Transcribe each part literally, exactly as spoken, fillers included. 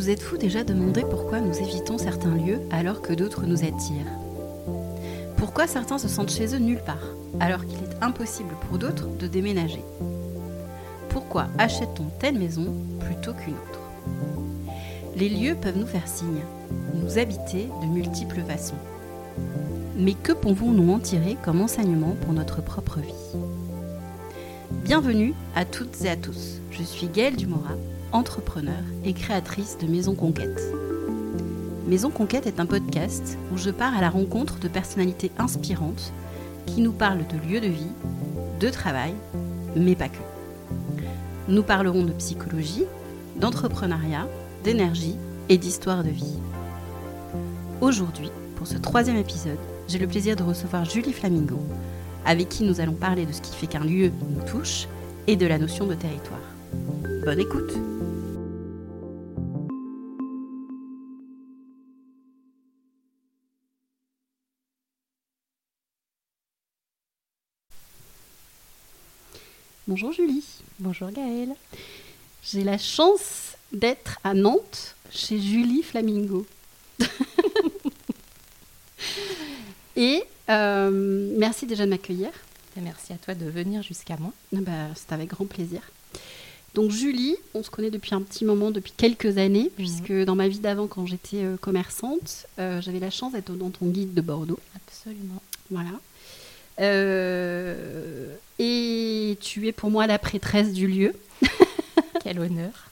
Vous êtes-vous déjà demandé pourquoi nous évitons certains lieux alors que d'autres nous attirent ? Pourquoi certains se sentent chez eux nulle part alors qu'il est impossible pour d'autres de déménager ? Pourquoi achète-t-on telle maison plutôt qu'une autre ? Les lieux peuvent nous faire signe, nous habiter de multiples façons. Mais que pouvons-nous en tirer comme enseignement pour notre propre vie ? Bienvenue à toutes et à tous, je suis Gaëlle Dumora, entrepreneur et créatrice de Maison Conquête. Maison Conquête est un podcast où je pars à la rencontre de personnalités inspirantes qui nous parlent de lieux de vie, de travail, mais pas que. Nous parlerons de psychologie, d'entrepreneuriat, d'énergie et d'histoire de vie. Aujourd'hui, pour ce troisième épisode, j'ai le plaisir de recevoir Julie Flamingo, avec qui nous allons parler de ce qui fait qu'un lieu nous touche et de la notion de territoire. Bonne écoute! Bonjour Julie. Bonjour Gaëlle. J'ai la chance d'être à Nantes chez Julie Flamingo. Et euh, merci déjà de m'accueillir. Et merci à toi de venir jusqu'à moi. Bah, c'est avec grand plaisir. Donc Julie, on se connaît depuis un petit moment, depuis quelques années, mmh. puisque dans ma vie d'avant, quand j'étais euh, commerçante, euh, j'avais la chance d'être dans ton guide de Bordeaux. Absolument. Voilà. Euh, et tu es pour moi la prêtresse du lieu. Quel honneur.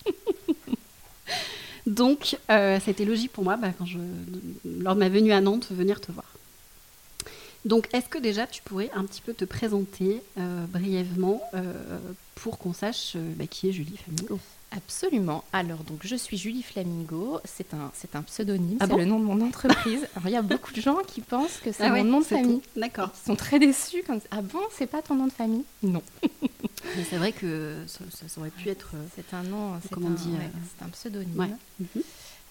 Donc, euh, c'était logique pour moi, bah, quand je, lors de ma venue à Nantes, venir te voir. Donc, est-ce que déjà tu pourrais un petit peu te présenter euh, brièvement euh, pour qu'on sache euh, bah, qui est Julie Flamingo ? Absolument. Alors, donc, je suis Julie Flamingo. C'est un, c'est un pseudonyme, ah c'est bon le nom de mon entreprise. Alors, il y a beaucoup de gens qui pensent que c'est ah mon ouais, nom de famille. Tout. D'accord. Ils sont très déçus. Quand... Ah bon, c'est pas ton nom de famille ? Non. Mais c'est vrai que ça, ça aurait pu être... Euh, c'est un nom, c'est comment un, on dit, ouais, euh... c'est un pseudonyme. Ouais. Mm-hmm.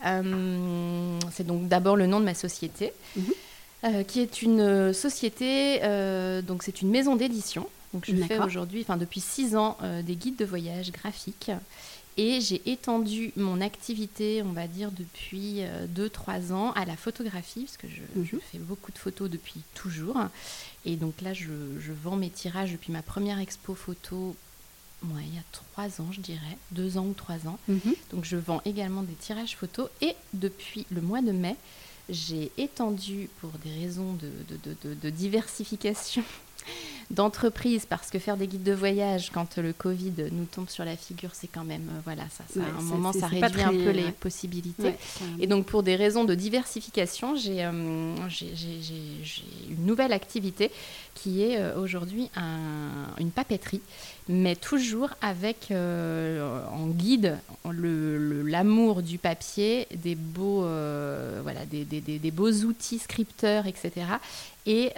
Euh, c'est donc d'abord le nom de ma société, mm-hmm. euh, qui est une société, euh, donc c'est une maison d'édition. Donc je D'accord. fais aujourd'hui, enfin depuis six ans, euh, des guides de voyage graphiques. Et j'ai étendu mon activité, on va dire, depuis deux trois ans à la photographie, parce que je, mmh. je fais beaucoup de photos depuis toujours. Et donc là, je, je vends mes tirages depuis ma première expo photo, ouais, il y a trois ans, je dirais, deux ans ou trois ans. Mmh. Donc je vends également des tirages photos. Et depuis le mois de mai, j'ai étendu, pour des raisons de, de, de, de, de diversification, d'entreprise, parce que faire des guides de voyage quand le Covid nous tombe sur la figure, c'est quand même, euh, voilà, ça, ça, ouais, à un moment, ça réduit très, un peu les ouais. possibilités. Ouais, et donc, pour des raisons de diversification, j'ai, euh, j'ai, j'ai, j'ai, j'ai une nouvelle activité qui est euh, aujourd'hui un, une papeterie, mais toujours avec euh, en guide le, le, l'amour du papier, des beaux, euh, voilà, des, des, des, des beaux outils scripteurs, et cetera. Et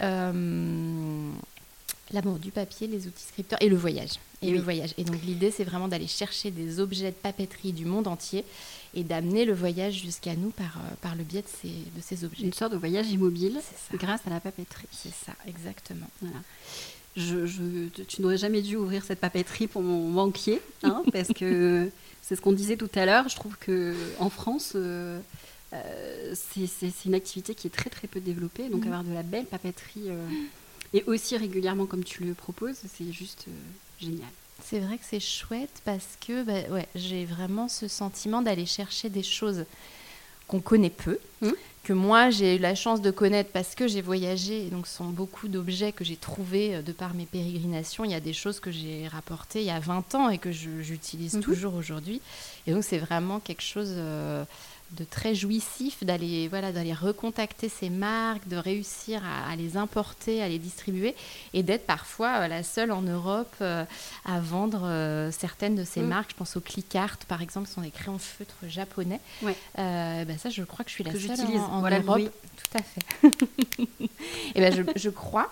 euh, l'amour du papier, les outils scripteurs et le voyage. Et oui. le voyage. Et donc l'idée, c'est vraiment d'aller chercher des objets de papeterie du monde entier et d'amener le voyage jusqu'à nous par, par le biais de ces, de ces objets. Une sorte de voyage immobile grâce à la papeterie. C'est ça, exactement. Voilà. Je, je, tu n'aurais jamais dû ouvrir cette papeterie pour mon banquier, hein, parce que c'est ce qu'on disait tout à l'heure. Je trouve qu'en France, euh, euh, c'est, c'est, c'est une activité qui est très très peu développée. Donc mmh. avoir de la belle papeterie... Euh, et aussi régulièrement comme tu le proposes, c'est juste euh, génial. C'est vrai que c'est chouette parce que bah, ouais, j'ai vraiment ce sentiment d'aller chercher des choses qu'on connaît peu, mmh. que moi j'ai eu la chance de connaître parce que j'ai voyagé, et donc ce sont beaucoup d'objets que j'ai trouvés de par mes pérégrinations. Il y a des choses que j'ai rapportées il y a vingt ans et que je, j'utilise mmh. toujours aujourd'hui. Et donc c'est vraiment quelque chose... Euh, de très jouissif d'aller, voilà, d'aller recontacter ces marques, de réussir à, à les importer, à les distribuer et d'être parfois euh, la seule en Europe euh, à vendre euh, certaines de ces mmh. marques. Je pense aux Clickart, par exemple, qui sont des crayons feutres japonais. Ouais. Euh, ben ça, je crois que je suis la que seule j'utilise. en, en voilà, Europe. Oui. Tout à fait. Et ben, je, je crois...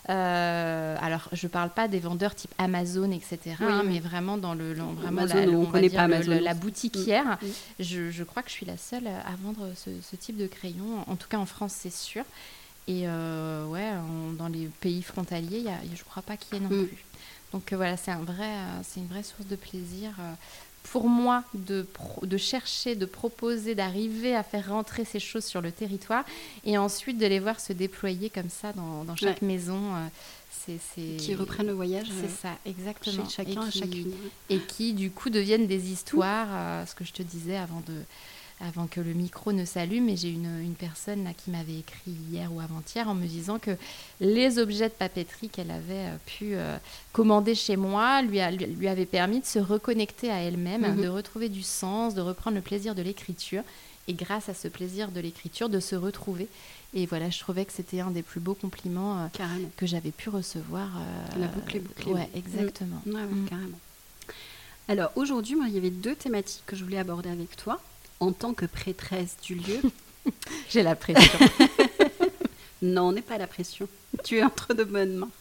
Euh, alors, je ne parle pas des vendeurs type Amazon, et cetera, oui, hein, mais vraiment dans le, dans vraiment Amazon, la, on on connaît va pas dire Amazon. Le, la boutiquière. Mmh. Je, je crois que je suis la seule à vendre ce, ce type de crayon. En tout cas, en France, c'est sûr. Et euh, ouais, en, dans les pays frontaliers, y a, je ne crois pas qu'il y ait non mmh. plus. Donc euh, voilà, c'est, un vrai, euh, c'est une vraie source de plaisir euh, pour moi de, pro- de chercher, de proposer, d'arriver à faire rentrer ces choses sur le territoire et ensuite de les voir se déployer comme ça dans, dans chaque ouais. maison. Euh, c'est, c'est... Qui reprennent le voyage. C'est euh, ça, exactement. Chez chacun et, qui, et chacune. Et qui, du coup, deviennent des histoires, euh, ce que je te disais avant de... avant que le micro ne s'allume, et j'ai une, une personne là, qui m'avait écrit hier ou avant-hier en me disant que les objets de papeterie qu'elle avait euh, pu euh, commander chez moi lui, a, lui, lui avaient permis de se reconnecter à elle-même, mm-hmm. de retrouver du sens, de reprendre le plaisir de l'écriture, et grâce à ce plaisir de l'écriture, de se retrouver. Et voilà, je trouvais que c'était un des plus beaux compliments euh, que j'avais pu recevoir. Euh, La boucle est bouclée. Ouais, exactement. Mm. Ouais, ouais, mm. Carrément. Alors, aujourd'hui, moi, il y avait deux thématiques que je voulais aborder avec toi. En tant que prêtresse du lieu. J'ai la pression. Non, on n'est pas à la pression. Tu es entre de bonnes mains.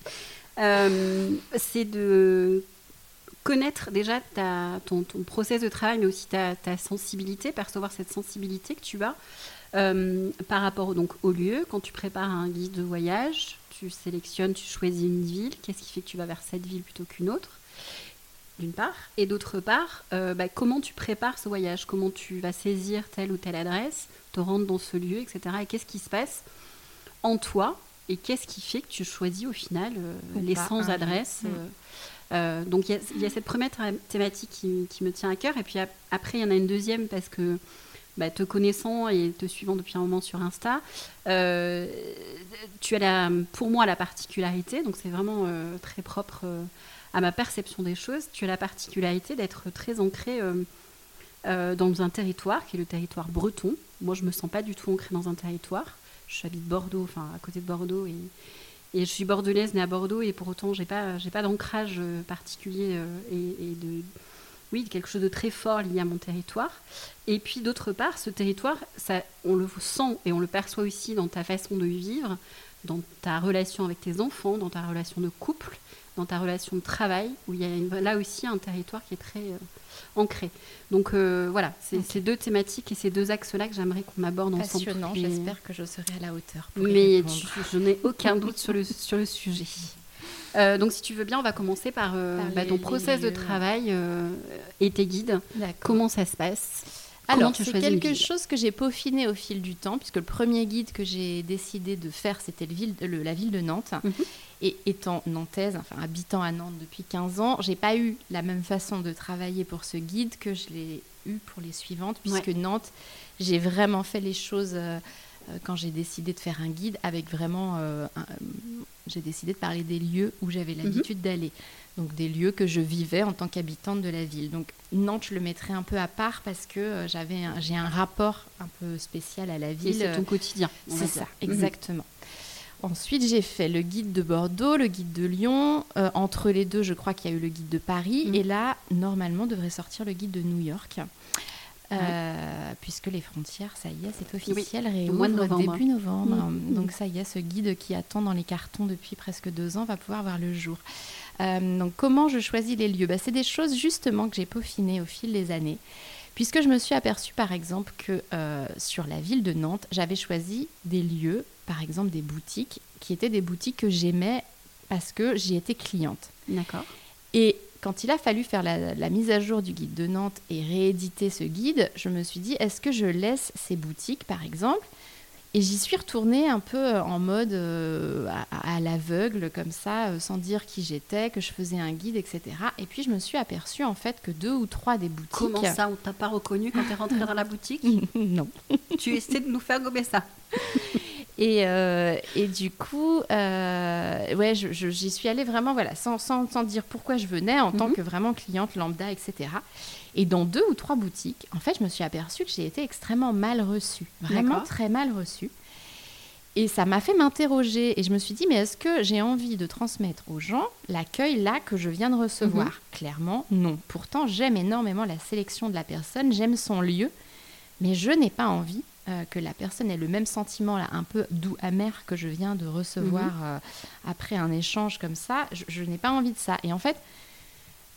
euh, c'est de connaître déjà ta, ton, ton process de travail, mais aussi ta, ta sensibilité, percevoir cette sensibilité que tu as euh, par rapport donc, au lieu. Quand tu prépares un guide de voyage, tu sélectionnes, tu choisis une ville. Qu'est-ce qui fait que tu vas vers cette ville plutôt qu'une autre ? D'une part, et d'autre part, euh, bah, comment tu prépares ce voyage, comment tu vas saisir telle ou telle adresse, te rendre dans ce lieu, et cetera. Et qu'est-ce qui se passe en toi, et qu'est-ce qui fait que tu choisis au final euh, les sans adresses. Euh, euh, donc il y, y a cette première thématique qui, qui me tient à cœur, et puis après il y en a une deuxième parce que bah, te connaissant et te suivant depuis un moment sur Insta, euh, tu as la, pour moi la particularité, donc c'est vraiment euh, très propre. Euh, à ma perception des choses, tu as la particularité d'être très ancrée euh, euh, dans un territoire qui est le territoire breton. Moi, je ne me sens pas du tout ancrée dans un territoire. J'habite Bordeaux, enfin à côté de Bordeaux, et, et je suis bordelaise, née à Bordeaux, et pour autant, je n'ai pas, j'ai pas d'ancrage particulier euh, et, et de, oui, quelque chose de très fort lié à mon territoire. Et puis, d'autre part, ce territoire, ça, on le sent et on le perçoit aussi dans ta façon de vivre, dans ta relation avec tes enfants, dans ta relation de couple, dans ta relation de travail, où il y a une, là aussi un territoire qui est très euh, ancré. Donc euh, voilà, c'est okay. Ces deux thématiques et ces deux axes-là que j'aimerais qu'on aborde ensemble. Passionnant, et... j'espère que je serai à la hauteur pour Mais tu, je n'ai aucun doute sur le, sur le sujet. Euh, donc si tu veux bien, on va commencer par, euh, par bah, ton les, process les de travail euh, et tes guides. D'accord. Comment ça se passe ? Alors, c'est quelque chose que j'ai peaufiné au fil du temps, puisque le premier guide que j'ai décidé de faire, c'était le ville, le, la ville de Nantes. Mm-hmm. Et étant nantaise, enfin habitant à Nantes depuis quinze ans, je n'ai pas eu la même façon de travailler pour ce guide que je l'ai eu pour les suivantes, puisque ouais. Nantes, j'ai vraiment fait les choses euh, quand j'ai décidé de faire un guide, avec vraiment... Euh, un, j'ai décidé de parler des lieux où j'avais l'habitude mm-hmm. d'aller. Donc des lieux que je vivais en tant qu'habitante de la ville. Donc Nantes, je le mettrais un peu à part parce que euh, j'avais un, j'ai un rapport un peu spécial à la ville. Et c'est ton quotidien. C'est ça, exactement. Mmh. Ensuite, j'ai fait le guide de Bordeaux, le guide de Lyon. Euh, entre les deux, je crois qu'il y a eu le guide de Paris. Mmh. Et là, normalement, devrait sortir le guide de New York. Euh, ouais. Puisque les frontières, ça y est, c'est officiel, oui. Réouvrent début novembre. Mmh. Donc ça y est, ce guide qui attend dans les cartons depuis presque deux ans va pouvoir voir le jour. Euh, donc comment je choisis les lieux ? Bah, c'est des choses justement que j'ai peaufinées au fil des années, puisque je me suis aperçue par exemple que euh, sur la ville de Nantes, j'avais choisi des lieux, par exemple des boutiques, qui étaient des boutiques que j'aimais parce que j'y étais cliente. D'accord. Et quand il a fallu faire la, la mise à jour du guide de Nantes et rééditer ce guide, je me suis dit, est-ce que je laisse ces boutiques par exemple ? Et j'y suis retournée un peu en mode euh, à, à l'aveugle, comme ça, euh, sans dire qui j'étais, que je faisais un guide, et cetera. Et puis, je me suis aperçue, en fait, que deux ou trois des boutiques... Comment ça, on t'a pas reconnu quand t'es rentrée dans la boutique ? Non. Tu essaies de nous faire gober ça. Et, euh, et du coup, euh, ouais, je, je, j'y suis allée vraiment, voilà, sans, sans, sans dire pourquoi je venais, en mm-hmm. tant que vraiment cliente lambda, et cetera. Et dans deux ou trois boutiques, en fait, je me suis aperçue que j'ai été extrêmement mal reçue. Vraiment D'accord. très mal reçue. Et ça m'a fait m'interroger. Et je me suis dit, mais est-ce que j'ai envie de transmettre aux gens l'accueil là que je viens de recevoir ? Mm-hmm. Clairement, non. Pourtant, j'aime énormément la sélection de la personne, j'aime son lieu, mais je n'ai pas envie euh, que la personne ait le même sentiment là, un peu doux, amer que je viens de recevoir mm-hmm. euh, après un échange comme ça. Je, je n'ai pas envie de ça. Et en fait,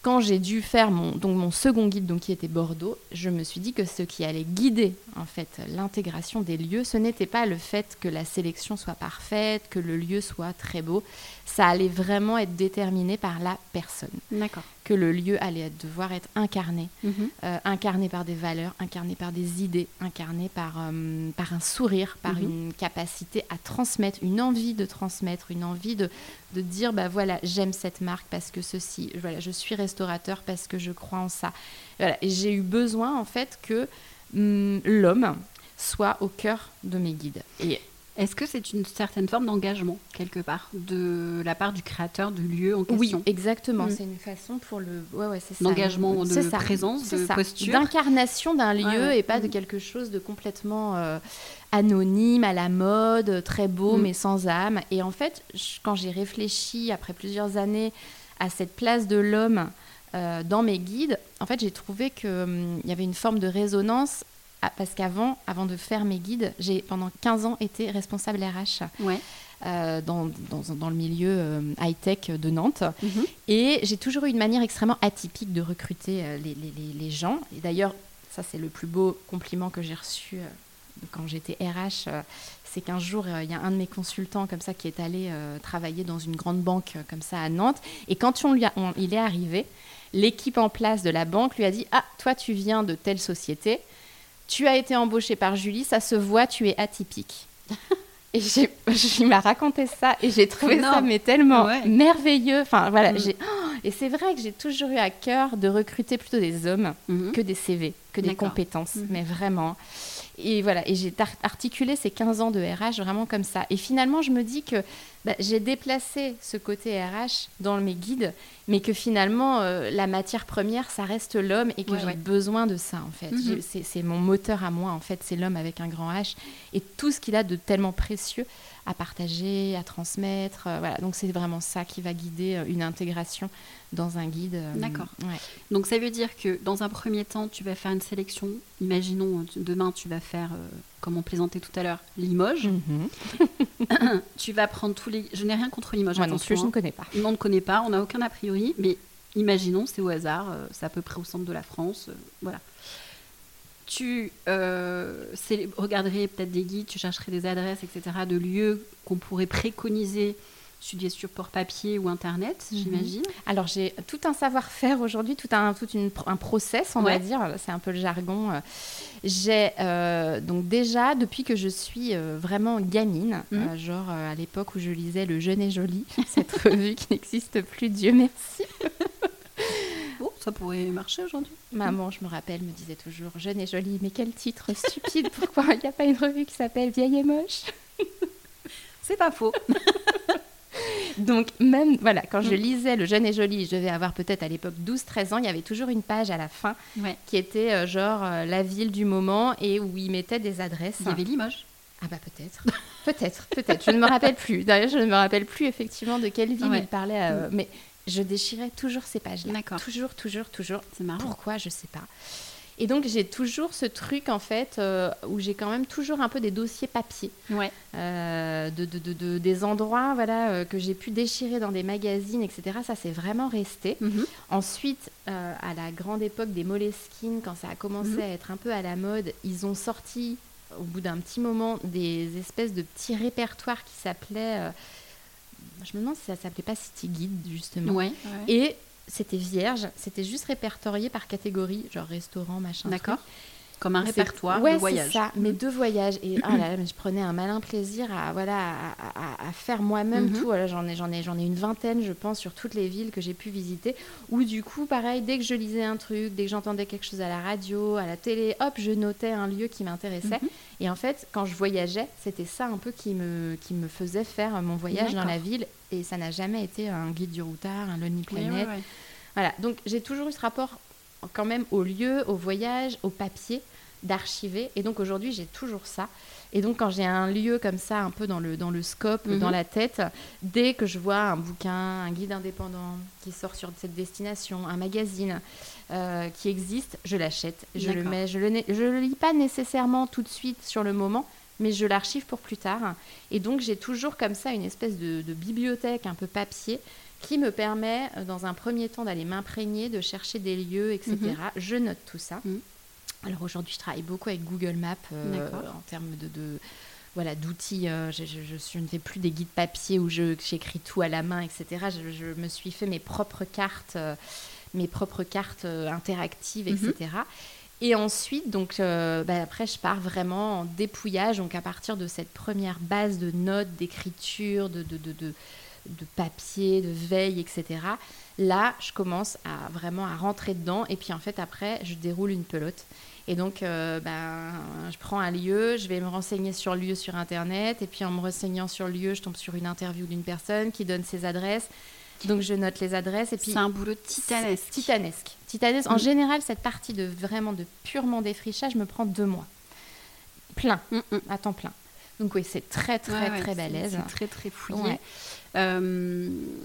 quand j'ai dû faire mon, donc mon second guide, donc, qui était Bordeaux, je me suis dit que ce qui allait guider en fait, l'intégration des lieux, ce n'était pas le fait que la sélection soit parfaite, que le lieu soit très beau. Ça allait vraiment être déterminé par la personne. D'accord. Que le lieu allait devoir être incarné, Mm-hmm. euh, incarné par des valeurs, incarné par des idées, incarné par, euh, par un sourire, par Mm-hmm. une capacité à transmettre, une envie de transmettre, une envie de, de dire, bah voilà, j'aime cette marque parce que ceci, voilà, je suis restaurateur parce que je crois en ça. Voilà. Et j'ai eu besoin, en fait, que hum, l'homme soit au cœur de mes guides. Et Est-ce que c'est une certaine forme d'engagement, quelque part, de la part du créateur du lieu en oui, question? exactement. Mm. C'est une façon pour le... Ouais, ouais, c'est ça. D'engagement, de C'est ça. présence, C'est de ça. posture. D'incarnation d'un lieu Ouais, ouais. et pas Mm. de quelque chose de complètement euh, anonyme, à la mode, très beau, Mm. mais sans âme. Et en fait, je- quand j'ai réfléchi, après plusieurs années, à cette place de l'homme euh, dans mes guides, en fait, j'ai trouvé qu'il hum, y avait une forme de résonance. Ah, parce qu'avant, avant de faire mes guides, j'ai pendant quinze ans été responsable R H Ouais. euh, dans, dans, dans le milieu euh, high-tech de Nantes. Mhm. Et j'ai toujours eu une manière extrêmement atypique de recruter euh, les, les, les, les gens. Et d'ailleurs, ça, c'est le plus beau compliment que j'ai reçu euh, quand j'étais R H. Euh, c'est qu'un jour, il euh, y a un de mes consultants comme ça qui est allé euh, travailler dans une grande banque euh, comme ça à Nantes. Et quand on lui a, on, il est arrivé, l'équipe en place de la banque lui a dit « Ah, toi, tu viens de telle société. Tu as été embauché par Julie, ça se voit, tu es atypique. » Et j'ai, il m'a raconté ça et j'ai trouvé Non. ça mais tellement Ouais. merveilleux. Enfin, voilà, Mm. j'ai... Oh, et c'est vrai que j'ai toujours eu à cœur de recruter plutôt des hommes Mhm. que des C V, que des D'accord. compétences, Mhm. mais vraiment. Et voilà, et j'ai tar- articulé ces quinze ans de R H vraiment comme ça. Et finalement, je me dis que bah, j'ai déplacé ce côté R H dans mes guides, mais que finalement, euh, la matière première, ça reste l'homme et que Ouais, j'ai ouais. besoin de ça, en fait. Mhm. J'ai- c'est, c'est mon moteur à moi, en fait, c'est l'homme avec un grand H et tout ce qu'il a de tellement précieux à partager, à transmettre. euh, voilà. Donc, c'est vraiment ça qui va guider euh, une intégration dans un guide. euh, D'accord. ouais. Donc ça veut dire que dans un premier temps, tu vas faire une sélection. Imaginons, tu- demain, tu vas faire, euh, comme on plaisantait tout à l'heure, Limoges. Mhm. Tu vas prendre tous les... Je n'ai rien contre Limoges, Moi non attention. plus, je hein. ne connais pas. On ne connaît pas, on n'a aucun a priori, mais imaginons, c'est au hasard, euh, c'est à peu près au centre de la France, euh, voilà. Tu euh, c'est- regarderais peut-être des guides, tu chercherais des adresses, et cetera, de lieux qu'on pourrait préconiser sur des supports papier ou Internet, Mhm. j'imagine. Alors, j'ai tout un savoir-faire aujourd'hui, tout un, tout une, un process, on Ouais. va dire. C'est un peu le jargon. J'ai euh, donc déjà, depuis que je suis euh, vraiment gamine, Mhm. euh, genre euh, à l'époque où je lisais Le Jeune et Joli, cette revue qui n'existe plus, Dieu merci. Bon, ça pourrait marcher aujourd'hui. Maman, je me rappelle, me disait toujours « Jeune et Jolie », mais quel titre stupide, pourquoi il n'y a pas une revue qui s'appelle « Vieille et moche » C'est pas faux. Donc, même, voilà, quand je Mm. lisais Le Jeune et Joli, je devais avoir peut-être à l'époque douze treize ans, il y avait toujours une page à la fin Ouais. qui était euh, genre euh, la ville du moment et où ils mettaient des adresses. Il y avait Limoges. Ah bah peut-être, peut-être, peut-être. Je ne me rappelle plus. D'ailleurs, je ne me rappelle plus effectivement de quelle ville Ouais. il parlait. euh, mais je déchirais toujours ces pages-là. D'accord. Toujours, toujours, toujours. C'est marrant. Pourquoi, je ne sais pas. Et donc, j'ai toujours ce truc, en fait, euh, où j'ai quand même toujours un peu des dossiers papier. Ouais. Euh, de, de, de, de- des endroits voilà, euh, que j'ai pu déchirer dans des magazines, et cetera. Ça, c'est vraiment resté. Mhm. Ensuite, euh, à la grande époque des Moleskine, quand ça a commencé Mhm. à être un peu à la mode, ils ont sorti, au bout d'un petit moment, des espèces de petits répertoires qui s'appelaient... euh, je me demande si ça s'appelait pas City Guide, justement. Ouais. ouais. Et c'était vierge, c'était juste répertorié par catégorie, genre restaurant, machin. D'accord. truc. Comme un C'est- répertoire ouais, de voyage. c'est ça, mais de voyage. Et oh là là, mais je prenais un malin plaisir à, voilà, à, à- à faire moi-même Mhm. tout. Voilà, j'en ai, j'en ai, j'en ai une vingtaine, je pense, sur toutes les villes que j'ai pu visiter. Où du coup, pareil, dès que je lisais un truc, dès que j'entendais quelque chose à la radio, à la télé, hop, je notais un lieu qui m'intéressait. Mhm. Et en fait, quand je voyageais, c'était ça un peu qui me, qui me faisait faire mon voyage dans D'accord. la ville. Et ça n'a jamais été un guide du routard, un Lonely Ouais, Planet. ouais, ouais. Voilà, donc j'ai toujours eu ce rapport quand même au lieu, au voyage, au papier, d'archiver. Et donc aujourd'hui, j'ai toujours ça. Et donc quand j'ai un lieu comme ça, un peu dans le, dans le scope, Mhm. dans la tête, dès que je vois un bouquin, un guide indépendant qui sort sur cette destination, un magazine euh, qui existe, je l'achète. Je le D'accord. mets, je le, n'ai- je le lis pas nécessairement tout de suite sur le moment, mais je l'archive pour plus tard. Et donc j'ai toujours comme ça une espèce de, de bibliothèque un peu papier qui me permet, dans un premier temps, d'aller m'imprégner, de chercher des lieux, et cetera. Mm-hmm. Je note tout ça. Mm. Alors aujourd'hui, je travaille beaucoup avec Google Maps euh, en termes de, de, voilà, d'outils. Euh, je, je, je, je ne fais plus des guides papier où je, j'écris tout à la main, et cetera. Je, je me suis fait mes propres cartes, euh, mes propres cartes euh, interactives, mm-hmm. et cetera. Et ensuite, donc, euh, bah, après, je pars vraiment en dépouillage. Donc, à partir de cette première base de notes, d'écriture, de, de, de, de, de papier, de veille, et cetera. Là, je commence à vraiment à rentrer dedans. Et puis, en fait, après, je déroule une pelote. Et donc, euh, ben, je prends un lieu, je vais me renseigner sur le lieu sur Internet. Et puis, en me renseignant sur le lieu, je tombe sur une interview d'une personne qui donne ses adresses. Donc, je note les adresses. Et puis, c'est un boulot titanesque. Titanesque. titanesque. Mmh. En général, cette partie de vraiment de purement défrichage me prend deux mois. Plein, mmh. à temps plein. Donc, oui, c'est très, très, ouais, très ouais, balèze. C'est, c'est très, très fouillé. Ouais. Euh,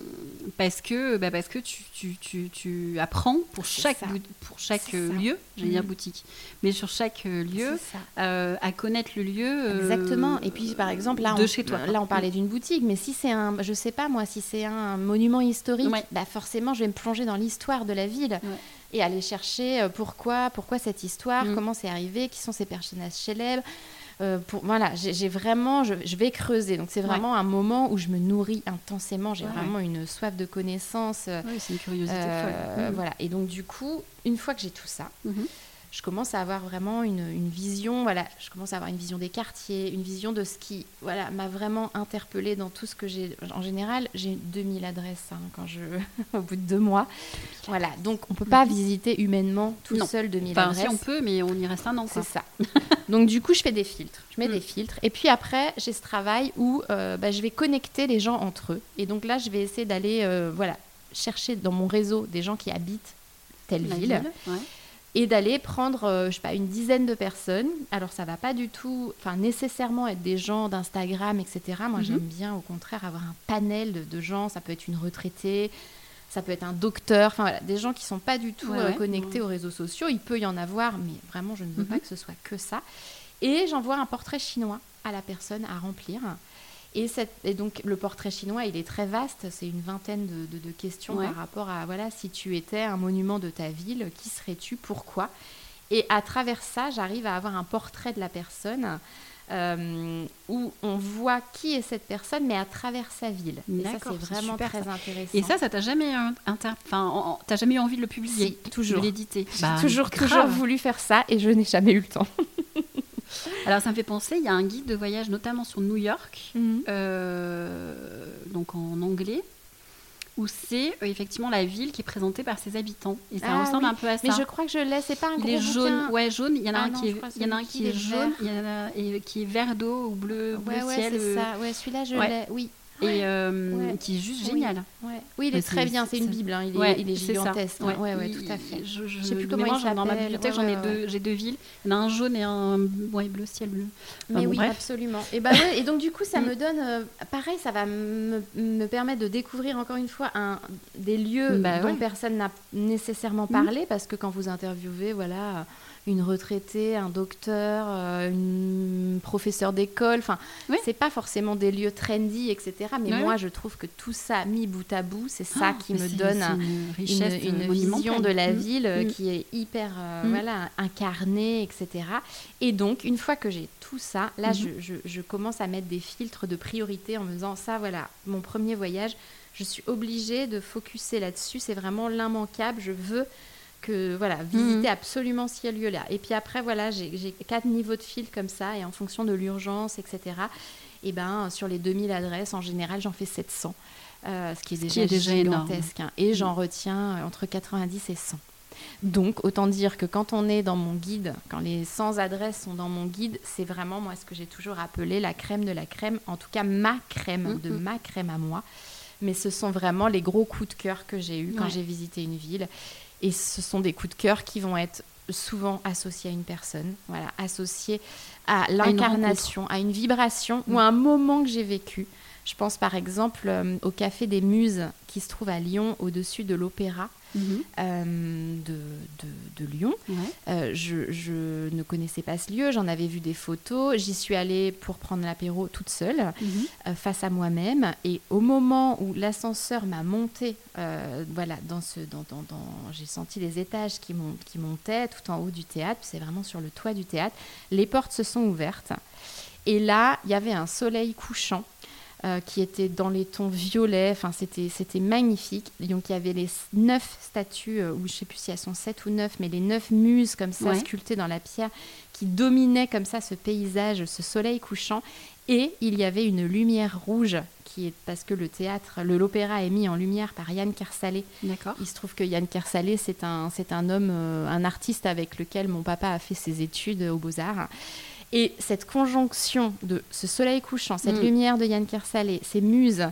parce que, bah parce que tu, tu, tu, tu apprends pour chaque, bout, pour chaque lieu, j'allais mmh. dire boutique, mais sur chaque lieu, euh, à connaître le lieu. Euh, Exactement. Et puis, par exemple, là, de on, chez toi, là on parlait d'une boutique, mais si c'est un, je sais pas moi, si c'est un monument historique, ouais. bah forcément, je vais me plonger dans l'histoire de la ville. Ouais. Et aller chercher pourquoi, pourquoi cette histoire, mmh. comment c'est arrivé, qui sont ces personnages célèbres. Euh, pour, voilà, j'ai, j'ai vraiment, je, je vais creuser. Donc, c'est vraiment ouais. un moment où je me nourris intensément. J'ai ouais, vraiment ouais. une soif de connaissances. Oui, c'est une curiosité euh, folle. Mmh. Voilà. Et donc, du coup, une fois que j'ai tout ça, mmh. je commence à avoir vraiment une, une vision. Voilà, je commence à avoir une vision des quartiers, une vision de ce qui, voilà, m'a vraiment interpellée dans tout ce que j'ai. En général, j'ai deux mille adresses hein, quand je, au bout de deux mois. Voilà. Donc, on peut pas mmh. visiter humainement tout non. seul deux mille enfin, adresses. Si on peut, mais on y reste un an. Quoi. C'est ça. Donc, du coup, je fais des filtres. Je mets mmh. des filtres. Et puis après, j'ai ce travail où euh, bah, je vais connecter les gens entre eux. Et donc là, je vais essayer d'aller euh, voilà, chercher dans mon réseau des gens qui habitent telle La ville. ville ouais. Et d'aller prendre, euh, je sais pas, une dizaine de personnes. Alors, ça va pas du tout, enfin, nécessairement être des gens d'Instagram, et cetera. Moi, mmh. j'aime bien, au contraire, avoir un panel de, de gens. Ça peut être une retraitée, ça peut être un docteur. Enfin, voilà, des gens qui sont pas du tout ouais, euh, connectés ouais. aux réseaux sociaux. Il peut y en avoir, mais vraiment, je ne veux mmh. pas que ce soit que ça. Et j'envoie un portrait chinois à la personne à remplir. Et, cette, et donc, le portrait chinois, il est très vaste. C'est une vingtaine de, de, de questions ouais. par rapport à, voilà, si tu étais un monument de ta ville, qui serais-tu, pourquoi ? Et à travers ça, j'arrive à avoir un portrait de la personne euh, où on voit qui est cette personne, mais à travers sa ville. D'accord, et ça, c'est vraiment super, très ça. intéressant. Et ça, ça t'a jamais, inter... enfin, en... t'as jamais eu envie de le publier ? Si, toujours. De l'éditer ? J'ai bah, toujours, toujours voulu faire ça et je n'ai jamais eu le temps. Alors, ça me fait penser, il y a un guide de voyage, notamment sur New York, mmh. euh, donc en anglais, où c'est euh, effectivement la ville qui est présentée par ses habitants. Et ça ah, ressemble oui. un peu à ça. Mais je crois que je l'ai, c'est pas un gros Les bouquin. jaunes, ouais, jaune, il y en a ah un non, qui est, il y en a un qui est jaune, il y en a et qui est vert d'eau ou bleu, ouais, bleu ouais, ciel. c'est euh... ça, ouais, celui-là, je ouais. l'ai, oui. Et euh, ouais. qui est juste oui. génial. Ouais. Oui, il est ouais, très c'est, bien, c'est, c'est une bible, hein. il, est, ouais, il est gigantesque. Ouais, ouais, ouais, tout à fait. Je, je, je sais plus comment il s'appelle. Dans ma bibliothèque, ouais, j'en ai ouais, deux, ouais. j'ai deux villes. Il y en a un jaune et un ouais, bleu ciel bleu. Mais enfin, oui, bon, bref. absolument. Et, bah, ouais, et donc, du coup, ça me donne... Euh, pareil, ça va me, me permettre de découvrir encore une fois un, des lieux bah, dont ouais. personne n'a nécessairement parlé, mmh. parce que quand vous interviewez, voilà... une retraitée, un docteur, euh, une professeure d'école. Enfin, oui. c'est pas forcément des lieux trendy, et cetera. Mais oui, moi, oui. je trouve que tout ça, mis bout à bout, c'est ça oh, qui me c'est, donne c'est une, richesse une, une vision de la mmh. ville mmh. qui est hyper euh, mmh. voilà, incarnée, et cetera. Et donc, une fois que j'ai tout ça, là, mmh. je, je, je commence à mettre des filtres de priorité en me disant, ça, voilà, mon premier voyage, je suis obligée de focuser là-dessus. C'est vraiment l'immanquable. Je veux... que voilà, visiter mmh. absolument ce lieu-là. Et puis après, voilà, j'ai, j'ai quatre niveaux de fil comme ça, et en fonction de l'urgence, et cetera, et ben, sur les deux mille adresses, en général, j'en fais sept cents, euh, ce qui est déjà, qui est déjà gigantesque. Hein, et mmh. j'en retiens entre quatre-vingt-dix et cent. Donc, autant dire que quand on est dans mon guide, quand les cent adresses sont dans mon guide, c'est vraiment, moi, ce que j'ai toujours appelé la crème de la crème, en tout cas, ma crème, mmh. de ma crème à moi. Mais ce sont vraiment les gros coups de cœur que j'ai eus ouais. quand j'ai visité une ville. Et ce sont des coups de cœur qui vont être souvent associés à une personne, voilà, associés à l'incarnation, à une, à une vibration mmh. ou à un moment que j'ai vécu. Je pense par exemple euh, au Café des Muses qui se trouve à Lyon, au-dessus de l'Opéra mmh. euh, de, de, de Lyon. Ouais. Euh, je, je ne connaissais pas ce lieu, j'en avais vu des photos. J'y suis allée pour prendre l'apéro toute seule, mmh. euh, face à moi-même. Et au moment où l'ascenseur m'a montée, euh, voilà, dans ce, dans, dans, dans, j'ai senti les étages qui, mont, qui montaient tout en haut du théâtre. C'est vraiment sur le toit du théâtre. Les portes se sont ouvertes. Et là, il y avait un soleil couchant. Euh, qui était dans les tons violets, enfin, c'était, c'était magnifique. Donc il y avait les neuf statues, euh, ou je ne sais plus si elles sont sept ou neuf, mais les neuf muses comme ça, ouais. sculptées dans la pierre, qui dominaient comme ça ce paysage, ce soleil couchant. Et il y avait une lumière rouge, qui est, parce que le théâtre, le, l'opéra est mis en lumière par Yann Kersalé. D'accord. Il se trouve que Yann Kersalé, c'est un, c'est un homme, euh, un artiste avec lequel mon papa a fait ses études aux Beaux-Arts. Et cette conjonction de ce soleil couchant, cette mmh. lumière de Yann Kersalé, ces muses,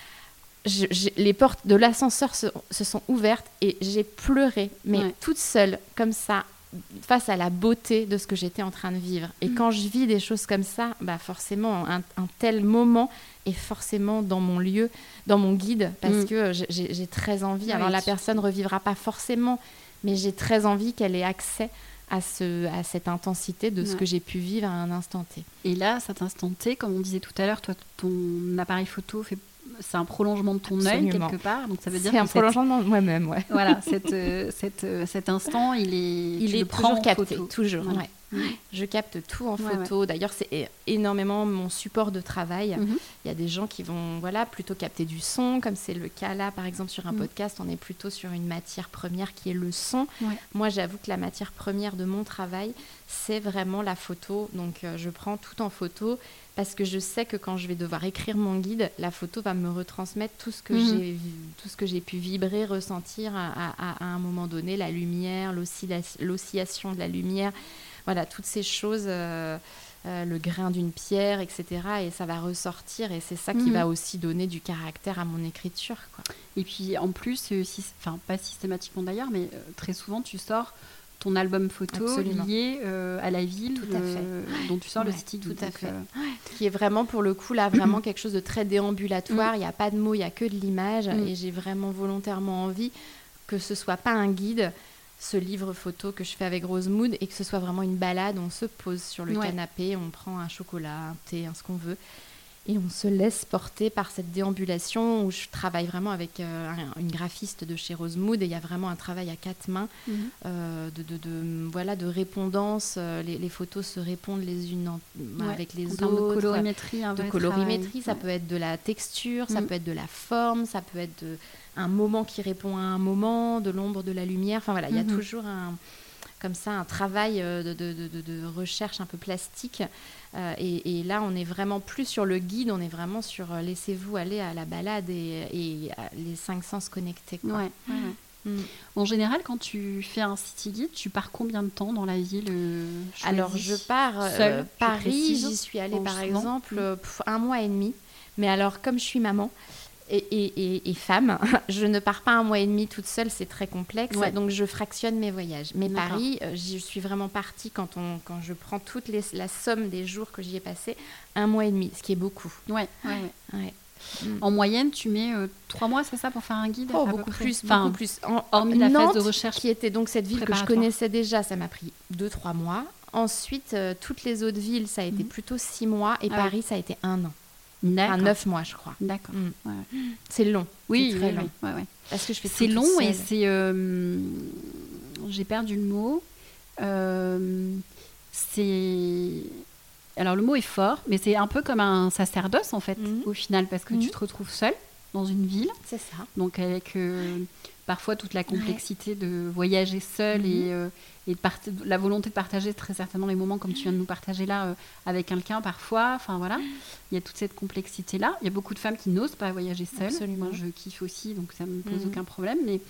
je, je, les portes de l'ascenseur se, se sont ouvertes et j'ai pleuré, mais ouais. toute seule, comme ça, face à la beauté de ce que j'étais en train de vivre. Et mmh. quand je vis des choses comme ça, bah forcément, un, un tel moment est forcément dans mon lieu, dans mon guide, parce mmh. que j'ai, j'ai très envie. Alors, oui, la personne ne revivra pas forcément, mais j'ai très envie qu'elle ait accès à, ce, à cette intensité de ce ouais. que j'ai pu vivre à un instant T. Et là, cet instant T, comme on disait tout à l'heure, toi, ton appareil photo, fait, c'est un prolongement de ton œil quelque part. Donc ça veut dire c'est que un prolongement de moi-même, ouais. Voilà, cette, euh, cette, euh, cet instant, il est, il tu est le toujours prends capté, en photo. toujours. Voilà. Ouais. Mmh. Je capte tout en ouais, photo. Ouais. D'ailleurs, c'est énormément mon support de travail. Mmh. Il y a des gens qui vont voilà, plutôt capter du son, comme c'est le cas là, par exemple, sur un mmh. podcast, on est plutôt sur une matière première qui est le son. Ouais. Moi, j'avoue que la matière première de mon travail, c'est vraiment la photo. Donc, euh, je prends tout en photo parce que je sais que quand je vais devoir écrire mon guide, la photo va me retransmettre tout ce que, mmh. j'ai, tout ce que j'ai pu vibrer, ressentir à, à, à un moment donné, la lumière, l'oscillation, l'oscillation de la lumière. Voilà, toutes ces choses, euh, euh, le grain d'une pierre, et cetera. Et ça va ressortir et c'est ça qui mmh. va aussi donner du caractère à mon écriture, quoi. Et puis en plus, euh, si, enfin pas systématiquement d'ailleurs, mais euh, très souvent tu sors ton album photo Absolument. lié euh, à la ville tout à fait. Euh, dont tu sors ouais, le site. Tout donc, à fait. Euh... Ouais. Qui est vraiment pour le coup là vraiment quelque chose de très déambulatoire. Il mmh. n'y a pas de mots, il n'y a que de l'image mmh. et j'ai vraiment volontairement envie que ce soit pas un guide, ce livre photo que je fais avec Rose Mood, et que ce soit vraiment une balade, on se pose sur le ouais. canapé, on prend un chocolat, un thé, un, ce qu'on veut, et on se laisse porter par cette déambulation où je travaille vraiment avec euh, un, une graphiste de chez Rose Mood, et il y a vraiment un travail à quatre mains mm-hmm. euh, de, de, de, voilà, de répondance, euh, les, les photos se répondent les unes en, ouais. avec les en autres. De colorimétrie, un de vrai colorimétrie, travail. Ça ouais. peut être de la texture, mm-hmm. ça peut être de la forme, ça peut être de... un moment qui répond à un moment, de l'ombre, de la lumière. Enfin voilà, il mm-hmm. y a toujours un, comme ça, un travail de, de, de, de recherche un peu plastique. Euh, et, et là, on est vraiment plus sur le guide, on est vraiment sur euh, laissez-vous aller à la balade et, et à les cinq sens connectés, quoi. Ouais, ouais, ouais. Mm. En général, quand tu fais un city guide, tu pars combien de temps dans la ville euh, Alors, je pars euh, seule, Paris, j'y suis allée par exemple euh, un mois et demi. Mais alors, comme je suis maman, Et, et, et, et femme, je ne pars pas un mois et demi toute seule, c'est très complexe, ouais. donc je fractionne mes voyages. Mais D'accord. Paris, euh, je suis vraiment partie quand, on, quand je prends toute les, la somme des jours que j'y ai passé, un mois et demi, ce qui est beaucoup. Ouais, ouais, ouais. ouais. En moyenne, tu mets euh, trois mois, c'est ça, pour faire un guide? Oh, beaucoup plus, enfin, beaucoup plus. En, hormis Nantes, la phase de recherche, qui était donc cette ville que je connaissais déjà, ça m'a pris deux, trois mois. Ensuite, euh, toutes les autres villes, ça a été mmh. plutôt six mois, et ah, Paris, ouais. ça a été un an. D'accord. Enfin, neuf mois, je crois. D'accord. Mmh. Ouais. C'est long. Oui, c'est très oui, long. Oui. Ouais, ouais. Parce que je fais c'est tout long et c'est. Euh, j'ai perdu le mot. Euh, c'est. Alors, le mot est fort, mais c'est un peu comme un sacerdoce, en fait, mmh. au final, parce que mmh. tu te retrouves seule dans une ville. C'est ça. Donc, avec euh, parfois toute la complexité ouais. de voyager seule mmh. et. Euh, et de part- la volonté de partager très certainement les moments comme tu viens de nous partager là euh, avec quelqu'un parfois, enfin voilà, il y a toute cette complexité là. Il y a beaucoup de femmes qui n'osent pas voyager seules. Absolument. Moi je kiffe aussi, donc ça me pose mmh. aucun problème, mais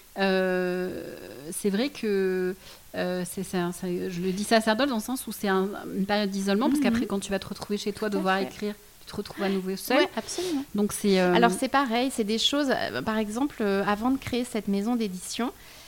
euh, c'est vrai que euh, c'est, c'est un, c'est, je le dis sacerdoce dans le sens où c'est un, une période d'isolement, mmh. parce qu'après quand tu vas te retrouver chez toi, devoir écrire, tu te retrouves à nouveau seule. Oui, absolument. Donc c'est, euh... Alors c'est pareil, c'est des choses, euh, par exemple, euh, avant de créer cette maison d'édition,